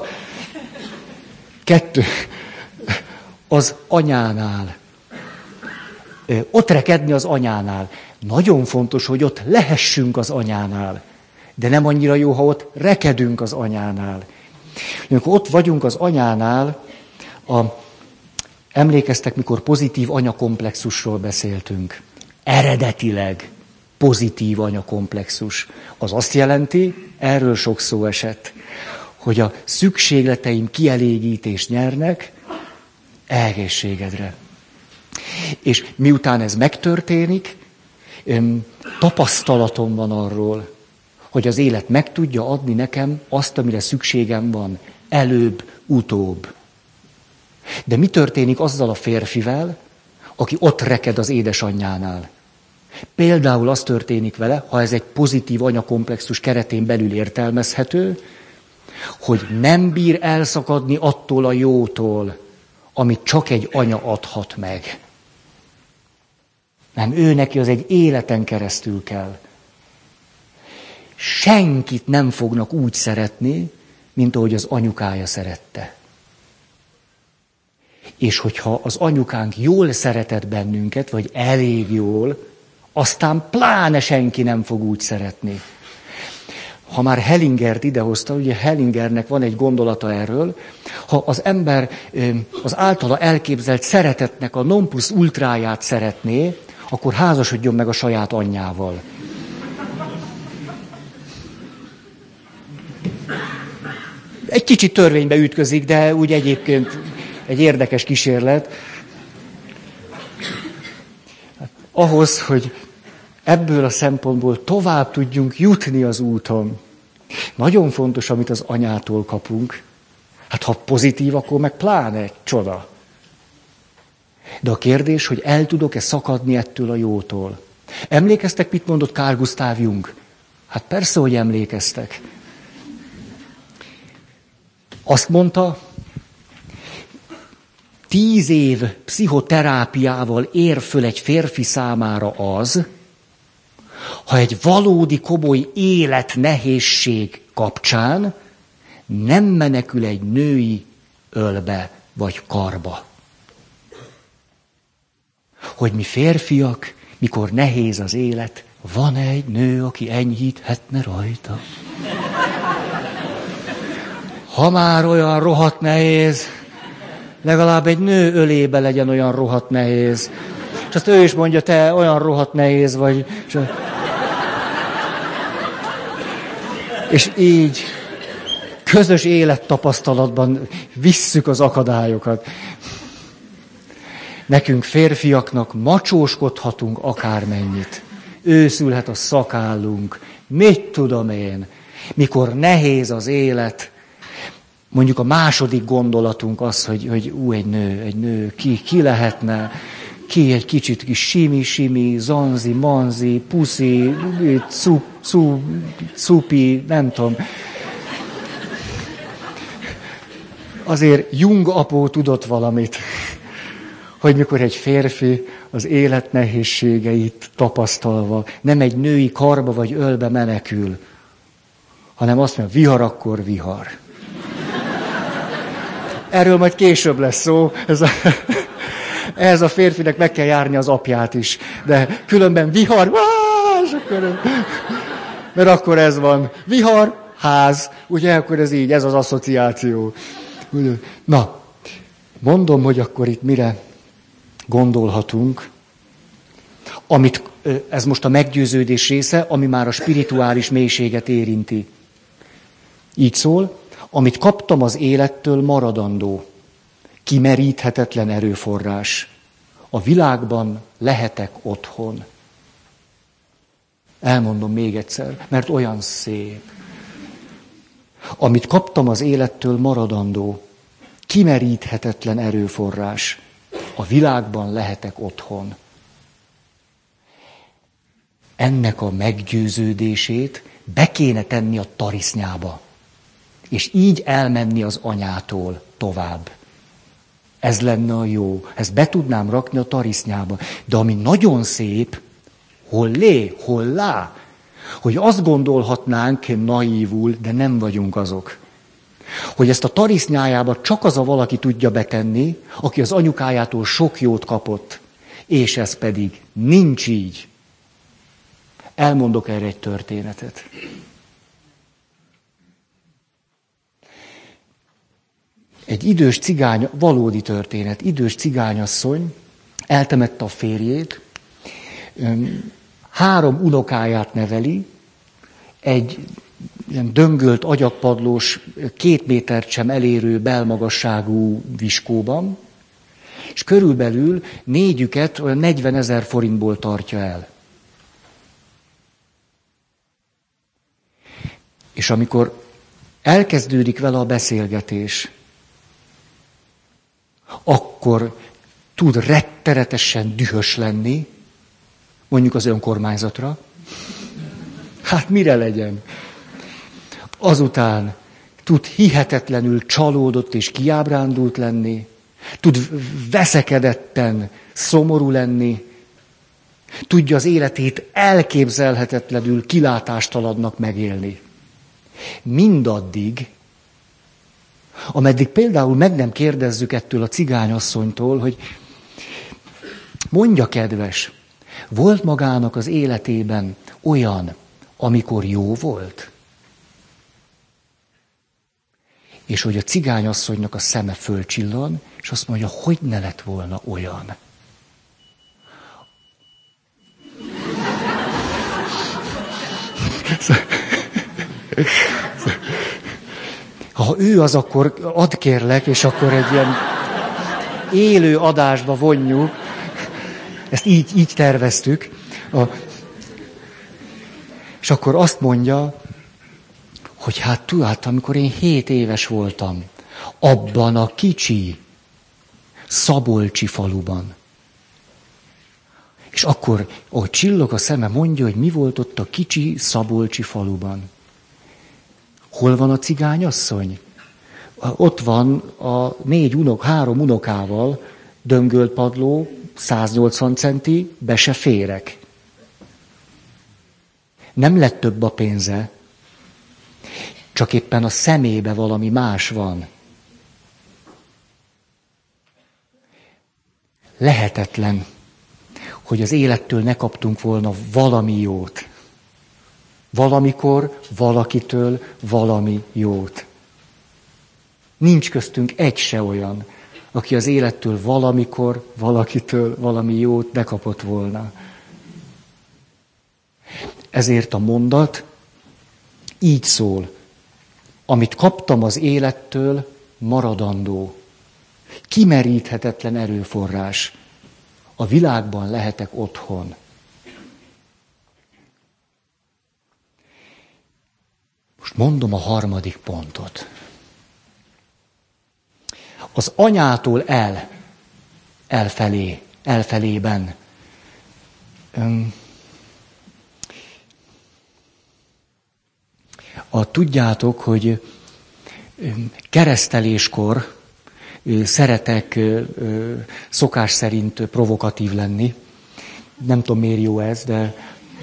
2. Az anyánál. Ott rekedni az anyánál. Nagyon fontos, hogy ott lehessünk az anyánál. De nem annyira jó, ha ott rekedünk az anyánál. Amikor ott vagyunk az anyánál, emlékeztek, mikor pozitív anyakomplexusról beszéltünk. Eredetileg pozitív anyakomplexus. Az azt jelenti, erről sok szó esett, hogy a szükségleteim kielégítést nyernek egészségedre. És miután ez megtörténik, tapasztalatom van arról, hogy az élet meg tudja adni nekem azt, amire szükségem van, előbb-utóbb. De mi történik azzal a férfivel, aki ott reked az édesanyjánál? Például az történik vele, ha ez egy pozitív anyakomplexus keretén belül értelmezhető, hogy nem bír elszakadni attól a jótól, amit csak egy anya adhat meg. Nem, ő neki az egy életen keresztül kell. Senkit nem fognak úgy szeretni, mint ahogy az anyukája szerette. És hogyha az anyukánk jól szeretett bennünket, vagy elég jól, Aztán pláne senki nem fog úgy szeretni. Ha már Hellingert idehozta, ugye Hellingernek van egy gondolata erről, ha az ember az általa elképzelt szeretetnek a non plus ultráját szeretné, akkor házasodjon meg a saját anyjával. Egy kicsit törvénybe ütközik, de úgy egyébként egy érdekes kísérlet. Ahhoz, hogy ebből a szempontból tovább tudjunk jutni az úton. Nagyon fontos, amit az anyától kapunk. Hát ha pozitív, akkor meg pláne csoda. De a kérdés, hogy el tudok-e szakadni ettől a jótól. Emlékeztek, mit mondott Carl Gustav Jung? Hát persze, hogy emlékeztek. Azt mondta, 10 év pszichoterápiával ér föl egy férfi számára az, ha egy valódi komoly életnehézség kapcsán nem menekül egy női ölbe vagy karba. Hogy mi férfiak, mikor nehéz az élet, van egy nő, aki enyhíthetne rajta. Ha már olyan rohadt nehéz, legalább egy nő ölébe legyen olyan rohadt nehéz. És azt ő is mondja, te olyan rohadt nehéz vagy. És így közös élettapasztalatban visszük az akadályokat. Nekünk férfiaknak macsóskodhatunk akármennyit. Őszülhet a szakállunk, mit tudom én. Mikor nehéz az élet, mondjuk a második gondolatunk az, hogy egy nő, ki lehetne, ki egy kicsit kis simi, zanzi, manzi, puszi, cupi, nem tudom. Azért Jung apó tudott valamit, hogy mikor egy férfi az élet nehézségeit tapasztalva nem egy női karba vagy ölbe menekül, hanem azt mondja, vihar akkor vihar. Erről majd később lesz szó. Ehhez a férfinek meg kell járni az apját is. De különben vihar, mert akkor ez van. Vihar, ház, ugye, akkor ez így, ez az asszociáció. Na, mondom, hogy akkor itt mire gondolhatunk, ez most a meggyőződés része, ami már a spirituális mélységet érinti. Így szól, amit kaptam az élettől maradandó, kimeríthetetlen erőforrás. A világban lehetek otthon. Elmondom még egyszer, mert olyan szép. Amit kaptam az élettől maradandó, kimeríthetetlen erőforrás. A világban lehetek otthon. Ennek a meggyőződését be kéne tenni a tarisznyába. És így elmenni az anyától tovább. Ez lenne a jó. Ezt be tudnám rakni a tarisznyába. De ami nagyon szép, hollá, hogy azt gondolhatnánk naívul, de nem vagyunk azok. Hogy ezt a tarisznyájába csak az a valaki tudja betenni, aki az anyukájától sok jót kapott. És ez pedig nincs így. Elmondok erre egy történetet. Egy idős cigány, valódi történet, idős cigányasszony eltemette a férjét, 3 unokáját neveli, egy ilyen döngölt, agyagpadlós, 2 métert sem elérő belmagasságú viskóban, és körülbelül 4-üket olyan 40 000 forintból tartja el. És amikor elkezdődik vele a beszélgetés, akkor tud rettenetesen dühös lenni, mondjuk az önkormányzatra. Hát mire legyen? Azután tud hihetetlenül csalódott és kiábrándult lenni, tud veszekedetten szomorú lenni, tudja az életét elképzelhetetlenül kilátástalannak megélni. Mindaddig, ameddig például meg nem kérdezzük ettől a cigányasszonytól, hogy mondja kedves, Volt magának az életében olyan, amikor jó volt? És hogy a cigányasszonynak a szeme fölcsillan, és azt mondja, hogy ne lett volna olyan. Ha ő az, akkor add kérlek, és akkor egy ilyen élő adásba vonjuk. Ezt így terveztük. És akkor azt mondja, hogy hát amikor én 7 éves voltam, abban a kicsi szabolcsi faluban. És akkor, ahogy csillog a szeme, mondja, hogy mi volt ott a kicsi szabolcsi faluban. Hol van a cigányasszony? Ott van a 3 unokával, döngölt padló, 180 centi, be se férek. Nem lett több a pénze, csak éppen a szemébe valami más van. Lehetetlen, hogy az élettől ne kaptunk volna valami jót. Valamikor, valakitől valami jót. Nincs köztünk egy se olyan, aki az élettől valamikor, valakitől valami jót ne kapott volna. Ezért a mondat így szól. Amit kaptam az élettől, maradandó. Kimeríthetetlen erőforrás. A világban lehetek otthon. Most mondom a 3. pontot. Az anyától elfelében. Tudjátok, hogy kereszteléskor szeretek szokás szerint provokatív lenni. Nem tudom, miért jó ez, de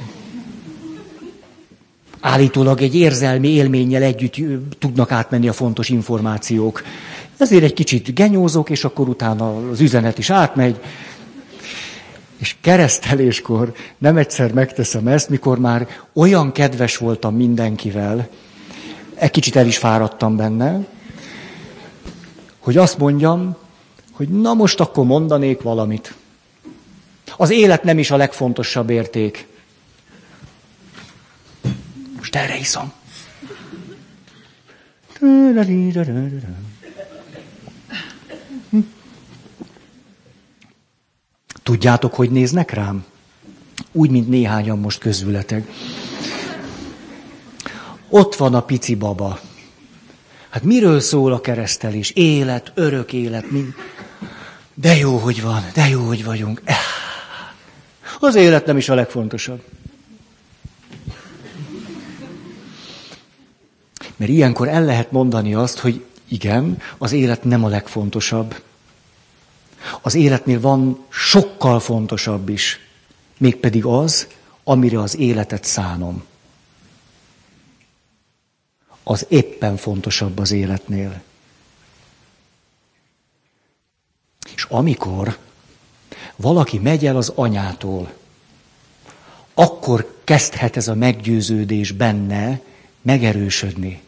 állítólag egy érzelmi élménnyel együtt tudnak átmenni a fontos információk. Ezért egy kicsit genyózok, és akkor utána az üzenet is átmegy. És kereszteléskor nem egyszer megteszem ezt, mikor már olyan kedves voltam mindenkivel, egy kicsit el is fáradtam benne, hogy azt mondjam, hogy na most akkor mondanék valamit. Az élet nem is a legfontosabb érték. Most erre iszom. Tudjátok, hogy néznek rám? Úgy, mint néhányan most közületek. Ott van a pici baba. Hát miről szól a keresztelés? Élet, örök élet, mind. De jó, hogy van, de jó, hogy vagyunk. Az élet nem is a legfontosabb. Mert ilyenkor el lehet mondani azt, hogy igen, az élet nem a legfontosabb. Az életnél van sokkal fontosabb is. Mégpedig az, amire az életet szánom. Az éppen fontosabb az életnél. És amikor valaki megy el az anyától, akkor kezdhet ez a meggyőződés benne megerősödni.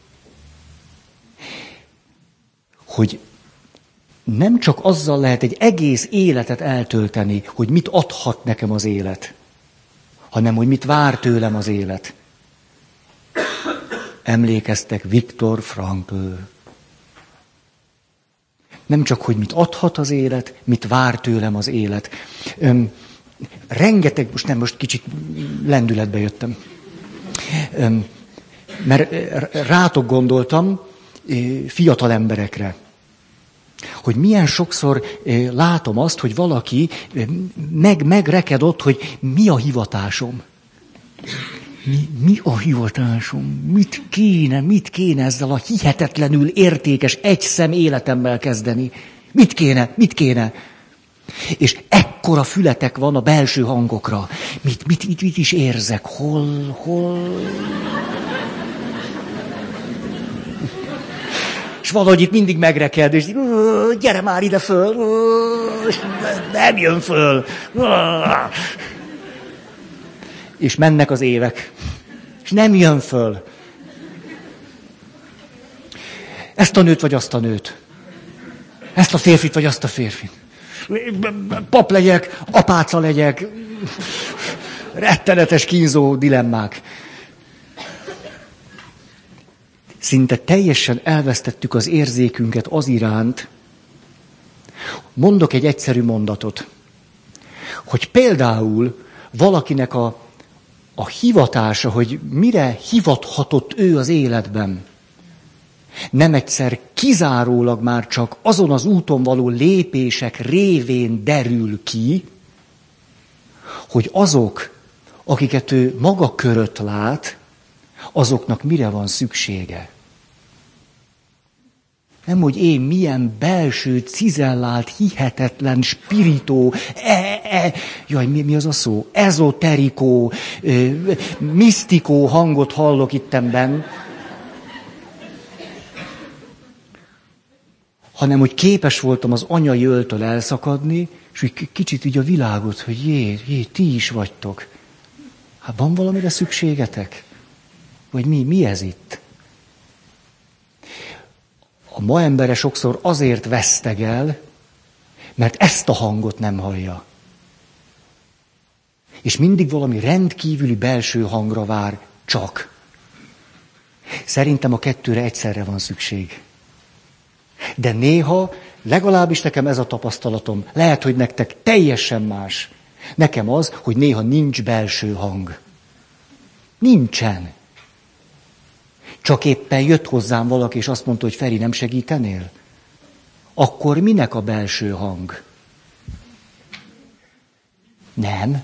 Hogy nem csak azzal lehet egy egész életet eltölteni, hogy mit adhat nekem az élet, hanem hogy mit vár tőlem az élet. Emlékeztek Viktor Frankl. Nem csak, hogy mit adhat az élet, mit vár tőlem az élet. Rengeteg, most kicsit lendületbe jöttem. Mert rátok gondoltam, fiatal emberekre. Hogy milyen sokszor látom azt, hogy valaki megrekedott, hogy mi a hivatásom. Mi a hivatásom? Mit kéne ezzel a hihetetlenül értékes egy szem életemmel kezdeni? Mit kéne? És ekkora fületek van a belső hangokra. Mit is érzek? Hol? És valahogy itt mindig megreked, és gyere már ide föl, és nem jön föl. És mennek az évek. És nem jön föl. Ezt a nőt, vagy azt a nőt. Ezt a férfit, vagy azt a férfit. Pap legyek, apáca legyek. Rettenetes, kínzó dilemmák. Szinte teljesen elvesztettük az érzékünket az iránt. Mondok egy egyszerű mondatot. Hogy például valakinek a hivatása, hogy mire hivathatott ő az életben, nem egyszer kizárólag már csak azon az úton való lépések révén derül ki, hogy azok, akiket ő maga körött lát, azoknak mire van szüksége. Nem, hogy én milyen belső, cizellált, hihetetlen, spiritó, jaj, mi az a szó? Ezoterikó, misztikó hangot hallok ittemben. Hanem, hogy képes voltam az anyai öltől elszakadni, és úgy kicsit így a világot, hogy jé, ti is vagytok. Hát van valamire szükségetek? Vagy mi ez itt? A ma embere sokszor azért vesztegel, mert ezt a hangot nem hallja. És mindig valami rendkívüli belső hangra vár csak. Szerintem a kettőre egyszerre van szükség. De néha, legalábbis nekem ez a tapasztalatom, lehet, hogy nektek teljesen más. Nekem az, hogy néha nincs belső hang. Nincsen. Csak éppen jött hozzám valaki, és azt mondta, hogy Feri, nem segítenél? Akkor minek a belső hang? Nem.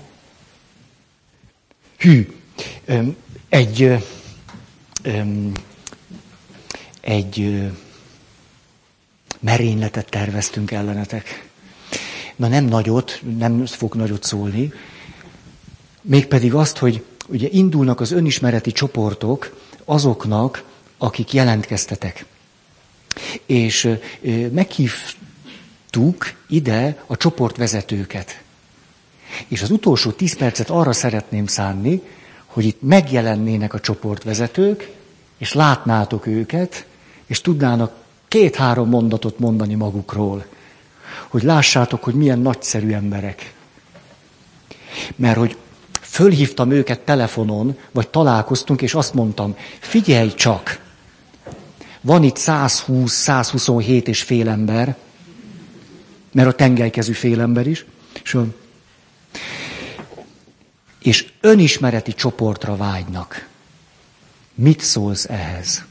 Egy merényletet terveztünk ellenetek. Na nem nagyot, nem fog nagyot szólni. Mégpedig azt, hogy ugye indulnak az önismereti csoportok azoknak, akik jelentkeztetek. És meghívtuk ide a csoportvezetőket. És az utolsó 10 percet arra szeretném szánni, hogy itt megjelennének a csoportvezetők, és látnátok őket, és tudnának 2-3 mondatot mondani magukról. Hogy lássátok, hogy milyen nagyszerű emberek. Mert hogy fölhívtam őket telefonon, vagy találkoztunk, és azt mondtam, figyelj csak, van itt 120-127 és fél ember, mert a tengelykezű félember is, és önismereti csoportra vágynak. Mit szólsz ehhez?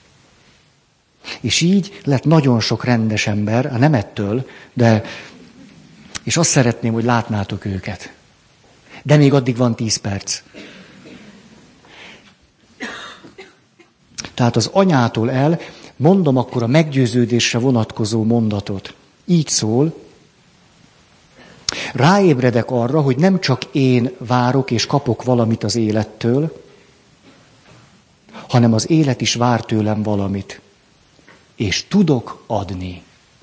És így lett nagyon sok rendes ember, nem ettől, de és azt szeretném, hogy látnátok őket. De még addig van 10 perc. Tehát az anyától el, mondom akkor a meggyőződésre vonatkozó mondatot. Így szól, ráébredek arra, hogy nem csak én várok és kapok valamit az élettől, hanem az élet is vár tőlem valamit. És tudok adni.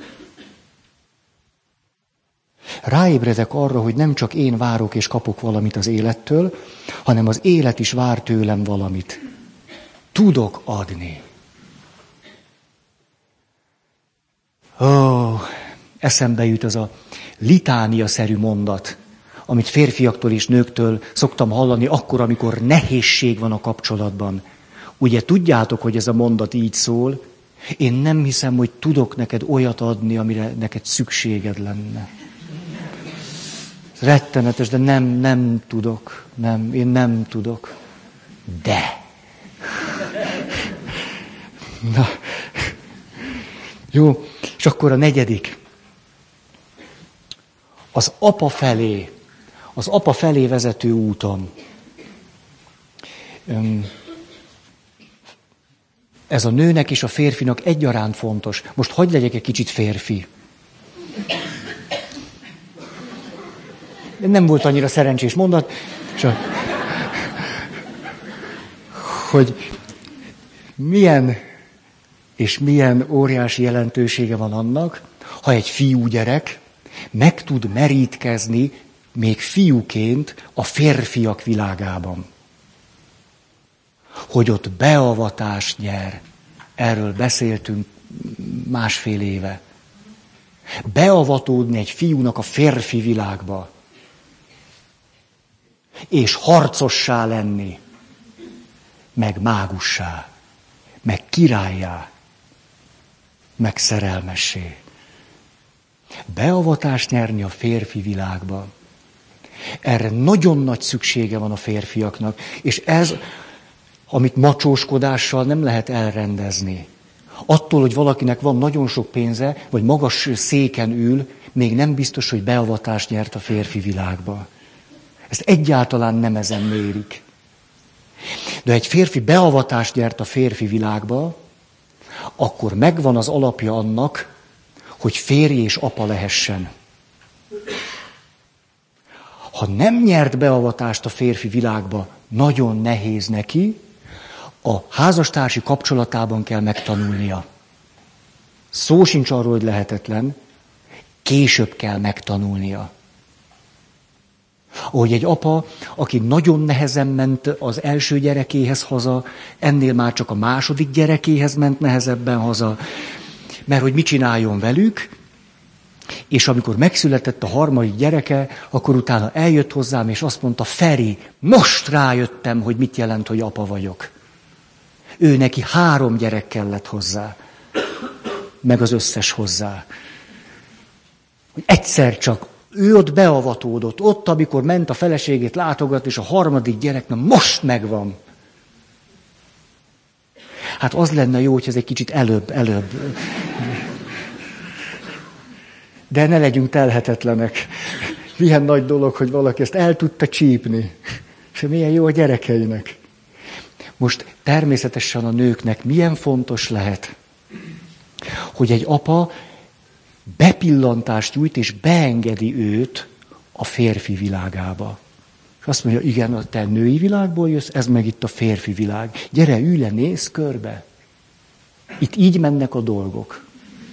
Ráébredek arra, hogy nem csak én várok és kapok valamit az élettől, hanem az élet is vár tőlem valamit. Tudok adni. Eszembe jut az a litánia-szerű mondat, amit férfiaktól és nőktől szoktam hallani akkor, amikor nehézség van a kapcsolatban. Ugye tudjátok, hogy ez a mondat így szól, én nem hiszem, hogy tudok neked olyat adni, amire neked szükséged lenne. Rettenetes, de nem tudok. Én nem tudok. De. Na. Jó, és akkor a 4. Az apa felé vezető úton. Ez a nőnek és a férfinak egyaránt fontos. Most hadd legyek egy kicsit férfi. Nem volt annyira szerencsés mondat, csak hogy milyen óriási jelentősége van annak, ha egy fiúgyerek meg tud merítkezni még fiúként a férfiak világában. Hogy ott beavatást nyer. Erről beszéltünk 1,5 éve. Beavatódni egy fiúnak a férfi világba. És harcossá lenni. Meg mágussá. Meg királlyá. Meg szerelmessé. Beavatást nyerni a férfi világba. Erre nagyon nagy szüksége van a férfiaknak, és ez, amit macsóskodással nem lehet elrendezni. Attól, hogy valakinek van nagyon sok pénze, vagy magas széken ül, még nem biztos, hogy beavatást nyert a férfi világba. Ezt egyáltalán nem ezen mérik. De egy férfi beavatást nyert a férfi világba, akkor megvan az alapja annak, hogy férj és apa lehessen. Ha nem nyert beavatást a férfi világba, nagyon nehéz neki, a házastársi kapcsolatában kell megtanulnia. Szó sincs arról, hogy lehetetlen, később kell megtanulnia. Ahogy egy apa, aki nagyon nehezen ment az első gyerekéhez haza, ennél már csak a második gyerekéhez ment nehezebben haza, mert hogy mit csináljon velük, és amikor megszületett a harmadik gyereke, akkor utána eljött hozzám, és azt mondta, Feri, most rájöttem, hogy mit jelent, hogy apa vagyok. Ő neki 3 gyerek kellett hozzá, meg az összes hozzá. Hogy egyszer csak ő ott beavatódott, ott, amikor ment a feleségét látogatni, és a harmadik gyerek, na most megvan. Hát az lenne jó, hogy ez egy kicsit előbb. De ne legyünk telhetetlenek. Milyen nagy dolog, hogy valaki ezt el tudta csípni. És milyen jó a gyerekeinek. Most természetesen a nőknek milyen fontos lehet, hogy egy apa bepillantást nyújt, és beengedi őt a férfi világába. És azt mondja, igen, a te női világból jössz, ez meg itt a férfi világ. Gyere, ülj le, nézz körbe. Itt így mennek a dolgok.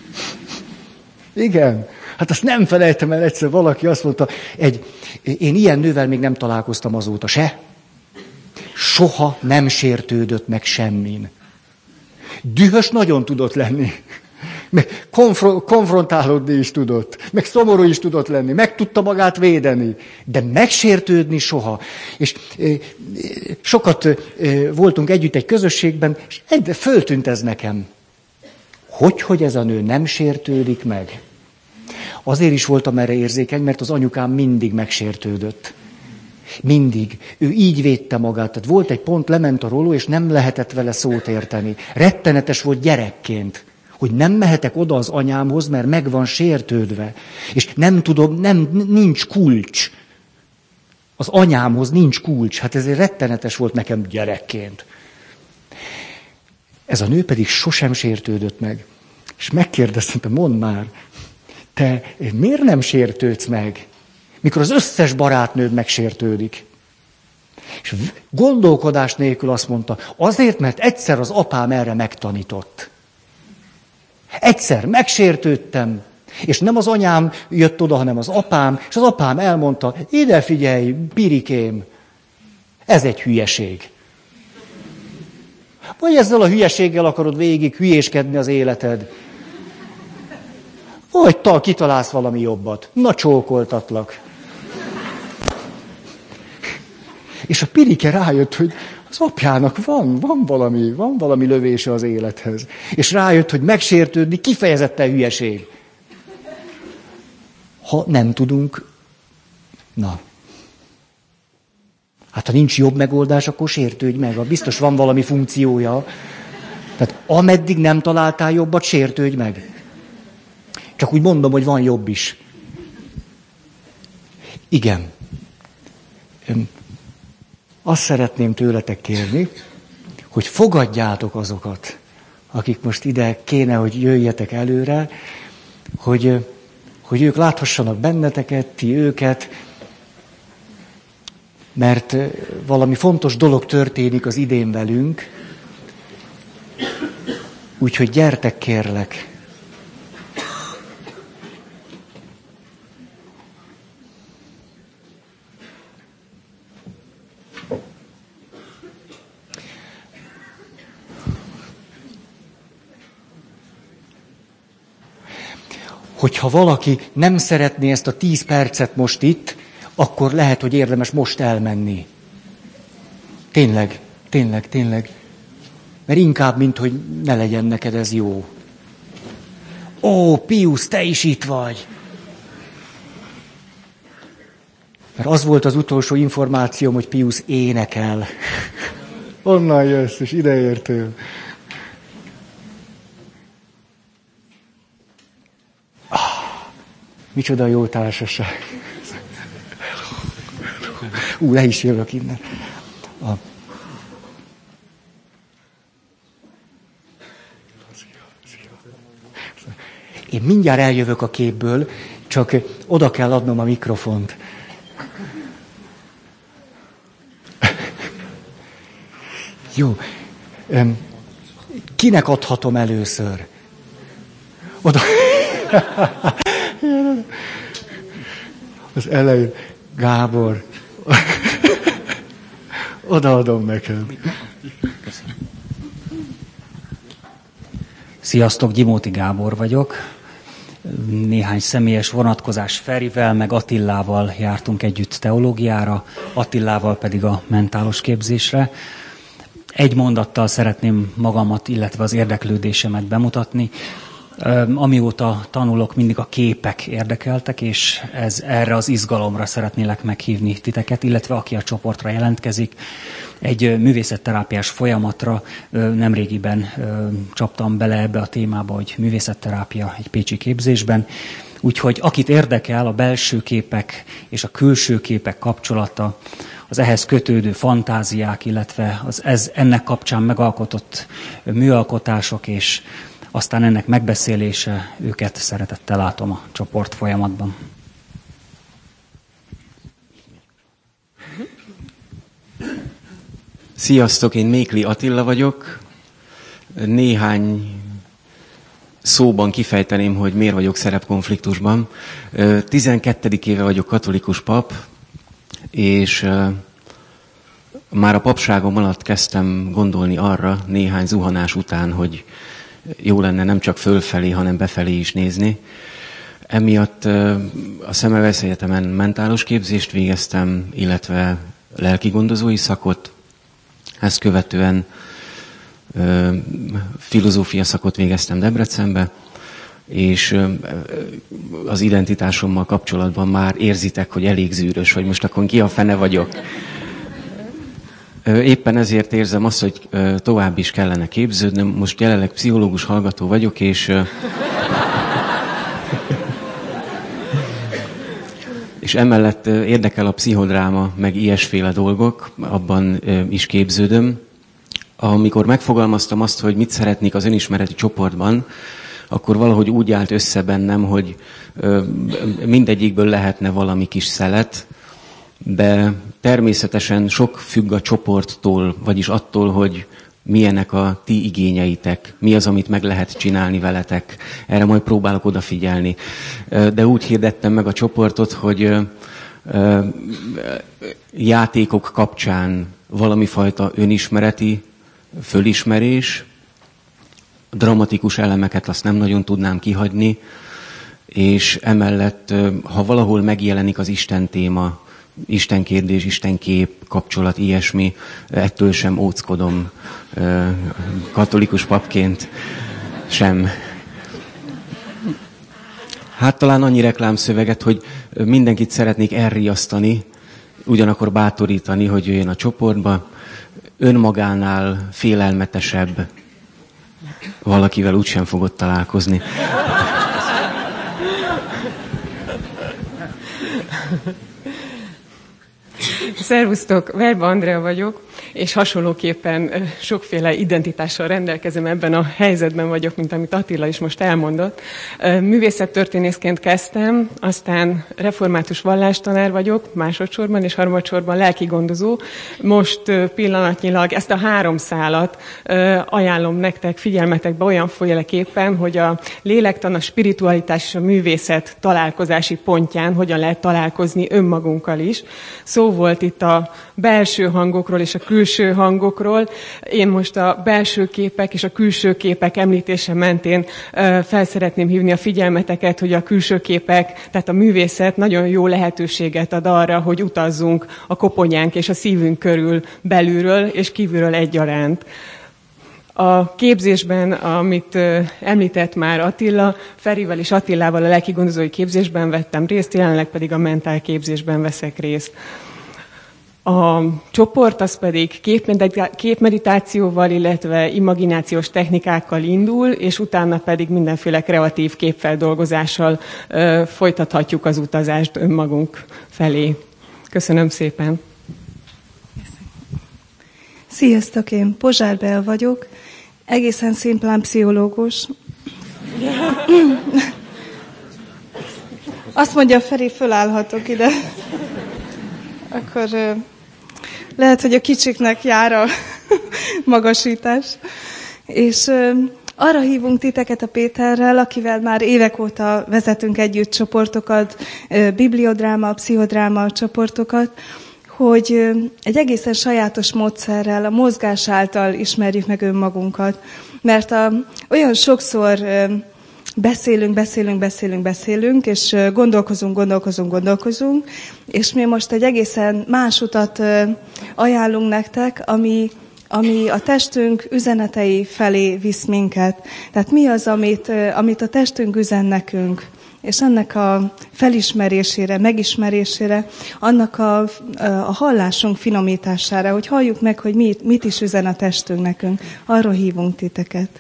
Igen, hát azt nem felejtem el, egyszer valaki azt mondta, én ilyen nővel még nem találkoztam azóta se. Soha nem sértődött meg semmin. Dühös nagyon tudott lenni. Meg konfrontálódni is tudott. Meg szomorú is tudott lenni. Meg tudta magát védeni. De megsértődni soha. És sokat voltunk együtt egy közösségben, és föltűnt ez nekem. Hogy ez a nő nem sértődik meg? Azért is voltam erre érzékeny, mert az anyukám mindig megsértődött. Mindig. Ő így védte magát. Tehát volt egy pont, lement a róló, és nem lehetett vele szót érteni. Rettenetes volt gyerekként, hogy nem mehetek oda az anyámhoz, mert meg van sértődve. És nem tudom, nincs kulcs. Az anyámhoz nincs kulcs. Hát ez rettenetes volt nekem gyerekként. Ez a nő pedig sosem sértődött meg. És megkérdeztem, mondd már, te miért nem sértődsz meg, mikor az összes barátnőd megsértődik? És gondolkodás nélkül azt mondta, azért, mert egyszer az apám erre megtanított. Egyszer megsértődtem, és nem az anyám jött oda, hanem az apám, és az apám elmondta, ide figyelj, pirikém, ez egy hülyeség. Vagy ezzel a hülyeséggel akarod végig hülyéskedni az életed? Vagy kitalálsz valami jobbat. Na, csókoltatlak. És a pirike rájött, hogy az apjának van valami lövése az élethez. És rájött, hogy megsértődni kifejezetten hülyeség. Ha nem tudunk, na. Hát ha nincs jobb megoldás, akkor sértődj meg. Biztos van valami funkciója. Tehát ameddig nem találtál jobbat, sértődj meg. Csak úgy mondom, hogy van jobb is. Igen. Azt szeretném tőletek kérni, hogy fogadjátok azokat, akik most ide kéne, hogy jöjjetek előre, hogy ők láthassanak benneteket, ti őket, mert valami fontos dolog történik az idén velünk, úgyhogy gyertek, kérlek. hogyha valaki nem szeretné ezt a 10 percet most itt, akkor lehet, hogy érdemes most elmenni. Tényleg. Mert inkább, mint hogy ne legyen neked ez jó. Ó, Piusz, te is itt vagy! Mert az volt az utolsó információm, hogy Piusz énekel. Onnan jössz, és ideértél. Micsoda jó társaság. Le is jövök innen. Én mindjárt eljövök a képből, csak oda kell adnom a mikrofont. Jó. Kinek adhatom először? Oda. Az elején. Gábor. Odaadom neked. Sziasztok, Gyimóti Gábor vagyok. Néhány személyes vonatkozás Ferivel, meg Attillával jártunk együtt teológiára, Attillával pedig a mentálos képzésre. Egy mondattal szeretném magamat, illetve az érdeklődésemet bemutatni. Amióta tanulok, mindig a képek érdekeltek, és erre az izgalomra szeretnélek meghívni titeket, illetve aki a csoportra jelentkezik. Egy művészetterápiás folyamatra nemrégiben csaptam bele ebbe a témába, hogy művészetterápia egy pécsi képzésben. Úgyhogy akit érdekel a belső képek és a külső képek kapcsolata, az ehhez kötődő fantáziák, illetve ennek kapcsán megalkotott műalkotások, és aztán ennek megbeszélése, őket szeretettel látom a csoport folyamatban. Sziasztok, én Mékli Attila vagyok. Néhány szóban kifejteném, hogy miért vagyok szerepkonfliktusban. 12. éve vagyok katolikus pap, és már a papságom alatt kezdtem gondolni arra néhány zuhanás után, hogy jó lenne nem csak fölfelé, hanem befelé is nézni. Emiatt a Semmelweis Egyetemen mentálos képzést végeztem, illetve lelkigondozói szakot. Ezt követően filozófia szakot végeztem Debrecenbe, és az identitásommal kapcsolatban már érzitek, hogy elég zűrös, hogy most akkor ki a fene vagyok. Éppen ezért érzem azt, hogy tovább is kellene képződnöm. Most jelenleg pszichológus hallgató vagyok, és emellett érdekel a pszichodráma, meg ilyesféle dolgok, abban is képződöm. Amikor megfogalmaztam azt, hogy mit szeretnék az önismereti csoportban, akkor valahogy úgy állt össze bennem, hogy mindegyikből lehetne valami kis szelet, de természetesen sok függ a csoporttól, vagyis attól, hogy milyenek a ti igényeitek, mi az, amit meg lehet csinálni veletek. Erre majd próbálok odafigyelni. De úgy hirdettem meg a csoportot, hogy játékok kapcsán valami fajta önismereti fölismerés, dramatikus elemeket azt nem nagyon tudnám kihagyni, és emellett, ha valahol megjelenik az Isten téma, Isten kérdés, Isten kép, kapcsolat, ilyesmi, ettől sem óckodom katolikus papként sem. Hát talán annyi reklámszöveget, hogy mindenkit szeretnék elriasztani, ugyanakkor bátorítani, hogy jöjjön a csoportba. Önmagánál félelmetesebb valakivel úgysem fogod találkozni. Szervusztok, Verba Andrea vagyok, és hasonlóképpen sokféle identitással rendelkezem, ebben a helyzetben vagyok, mint amit Attila is most elmondott. Művészettörténészként kezdtem, aztán református vallástanár vagyok, másodszorban és harmadsorban lelkigondozó. Most pillanatnyilag ezt a 3 szálat ajánlom nektek figyelmetekbe olyanféleképpen, hogy a lélektan, a spiritualitás és a művészet találkozási pontján hogyan lehet találkozni önmagunkkal is. Szó volt szólt itt a belső hangokról és a külső hangokról. Én most a belső képek és a külső képek említése mentén fel szeretném hívni a figyelmeteket, hogy a külső képek, tehát a művészet nagyon jó lehetőséget ad arra, hogy utazzunk a koponyánk és a szívünk körül belülről és kívülről egyaránt. A képzésben, amit említett már Attila, Ferivel és Attilával a lelkigondozói képzésben vettem részt, jelenleg pedig a mentál képzésben veszek részt. A csoport az pedig képmeditációval, illetve imaginációs technikákkal indul, és utána pedig mindenféle kreatív képfeldolgozással folytathatjuk az utazást önmagunk felé. Köszönöm szépen! Sziasztok, én Pozsár Bea vagyok, egészen szimplán pszichológus. Azt mondja Feri, fölállhatok ide. Akkor lehet, hogy a kicsiknek jár a magasítás. És arra hívunk titeket a Péterrel, akivel már évek óta vezetünk együtt csoportokat, bibliodráma, pszichodráma csoportokat, hogy egy egészen sajátos módszerrel, a mozgás által ismerjük meg önmagunkat. Mert olyan sokszor beszélünk, és gondolkozunk, és mi most egy egészen más utat ajánlunk nektek, ami a testünk üzenetei felé visz minket. Tehát mi az, amit a testünk üzen nekünk, és ennek a felismerésére, megismerésére, annak a hallásunk finomítására, hogy halljuk meg, hogy mit is üzen a testünk nekünk. Arról hívunk titeket.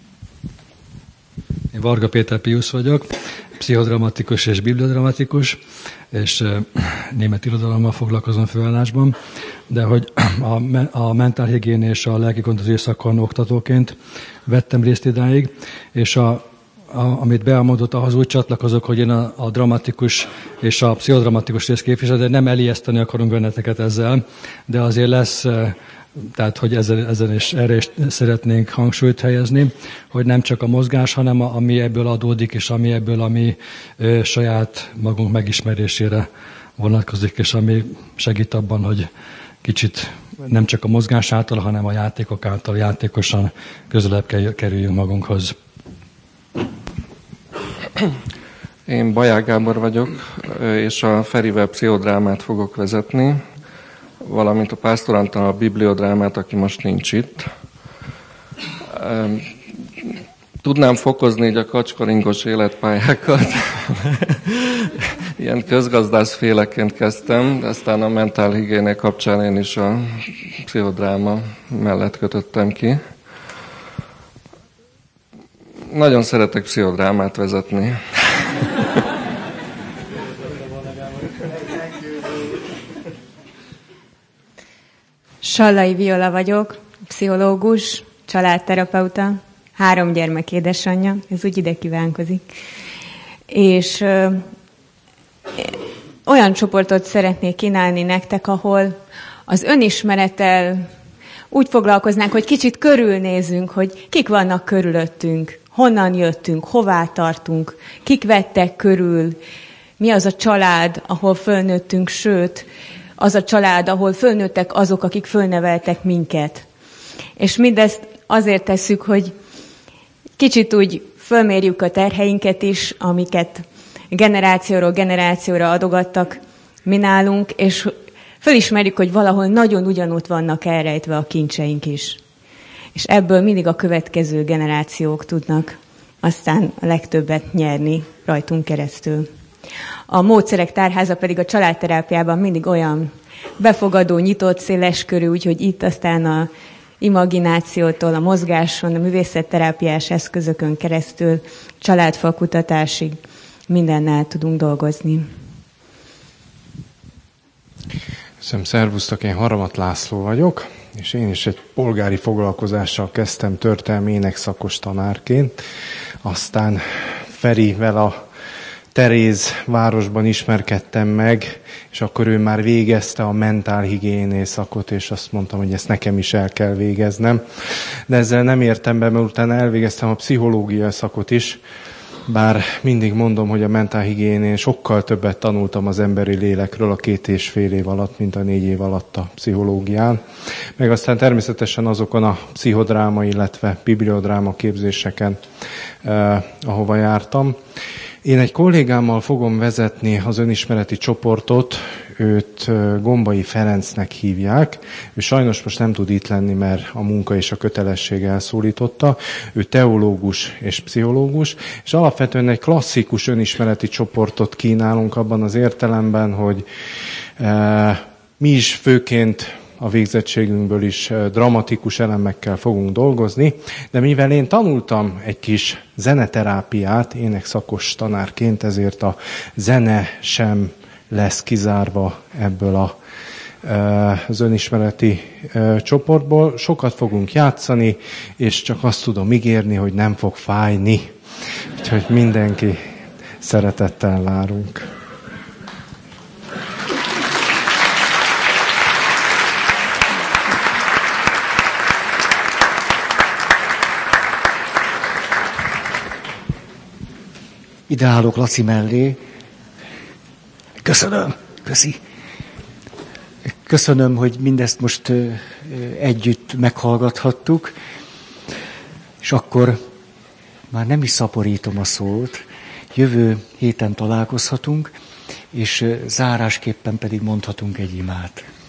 Én Varga Péter Piusz vagyok, pszichodramatikus és bibliodramatikus, és német irodalommal foglalkozom főállásban, de hogy a mentálhigién és a lelkigondozói szakon oktatóként vettem részt idáig, és amit beelmondott, ahhoz úgy csatlakozok, hogy én a dramatikus és a pszichodramatikus részt képviselem, de nem elijeszteni akarunk benneteket ezzel, de azért lesz, tehát hogy erre is szeretnénk hangsúlyt helyezni, hogy nem csak a mozgás, hanem ami ebből adódik, és ami ebből a mi saját magunk megismerésére vonatkozik, és ami segít abban, hogy kicsit nem csak a mozgás által, hanem a játékok által játékosan közelebb kerüljünk magunkhoz. Én Baják Gábor vagyok, és a Ferivel pszichodrámát fogok vezetni, valamint a Pásztor Antal a bibliodrámát, aki most nincs itt. Tudnám fokozni így a kacskaringos életpályákat. Ilyen közgazdászféleként kezdtem, de aztán a mentálhigiéné kapcsán én is a pszichodráma mellett kötöttem ki. Nagyon szeretek pszichodrámát vezetni. Sallai Viola vagyok, pszichológus, családterapeuta, 3 gyermek édesanyja, ez úgy ide kívánkozik. És olyan csoportot szeretnék kínálni nektek, ahol az önismerettel úgy foglalkoznánk, hogy kicsit körülnézünk, hogy kik vannak körülöttünk, honnan jöttünk, hová tartunk, kik vettek körül, mi az a család, ahol fölnőttünk, sőt, az a család, ahol fölnőttek azok, akik fölneveltek minket. És mindezt azért tesszük, hogy kicsit úgy fölmérjük a terheinket is, amiket generációról generációra adogattak mi nálunk, és fölismerjük, hogy valahol nagyon ugyanúgy vannak elrejtve a kincseink is. És ebből mindig a következő generációk tudnak aztán a legtöbbet nyerni rajtunk keresztül. A módszerek tárháza pedig a családterápiában mindig olyan befogadó, nyitott, széleskörű, úgyhogy itt aztán a imaginációtól, a mozgáson, a művészetterápiás eszközökön keresztül családfalkutatásig mindennel tudunk dolgozni. Köszönöm, szervusztok, én Haramat László vagyok, és én is egy polgári foglalkozással kezdtem történelmi énekszakos tanárként, aztán Ferivel a Teréz városban ismerkedtem meg, és akkor ő már végezte a mentálhigiéné szakot, és azt mondtam, hogy ezt nekem is el kell végeznem. De ezzel nem értem be, mert utána elvégeztem a pszichológia szakot is, bár mindig mondom, hogy a mentálhigiénén sokkal többet tanultam az emberi lélekről a 2,5 év alatt, mint a 4 év alatt a pszichológián. Meg aztán természetesen azokon a pszichodráma, illetve bibliodráma képzéseken, ahova jártam. Én egy kollégámmal fogom vezetni az önismereti csoportot, őt Gombai Ferencnek hívják. Ő sajnos most nem tud itt lenni, mert a munka és a kötelesség elszólította. Ő teológus és pszichológus, és alapvetően egy klasszikus önismereti csoportot kínálunk abban az értelemben, hogy mi is főként a végzettségünkből is dramatikus elemekkel fogunk dolgozni, de mivel én tanultam egy kis zeneterápiát énekszakos tanárként, ezért a zene sem lesz kizárva ebből az önismereti csoportból. Sokat fogunk játszani, és csak azt tudom ígérni, hogy nem fog fájni. Úgyhogy mindenki szeretettel várunk. Ide állok Laci mellé. Köszönöm. Köszi. Köszönöm, hogy mindezt most együtt meghallgathattuk, és akkor már nem is szaporítom a szót. Jövő héten találkozhatunk, és zárásképpen pedig mondhatunk egy imát.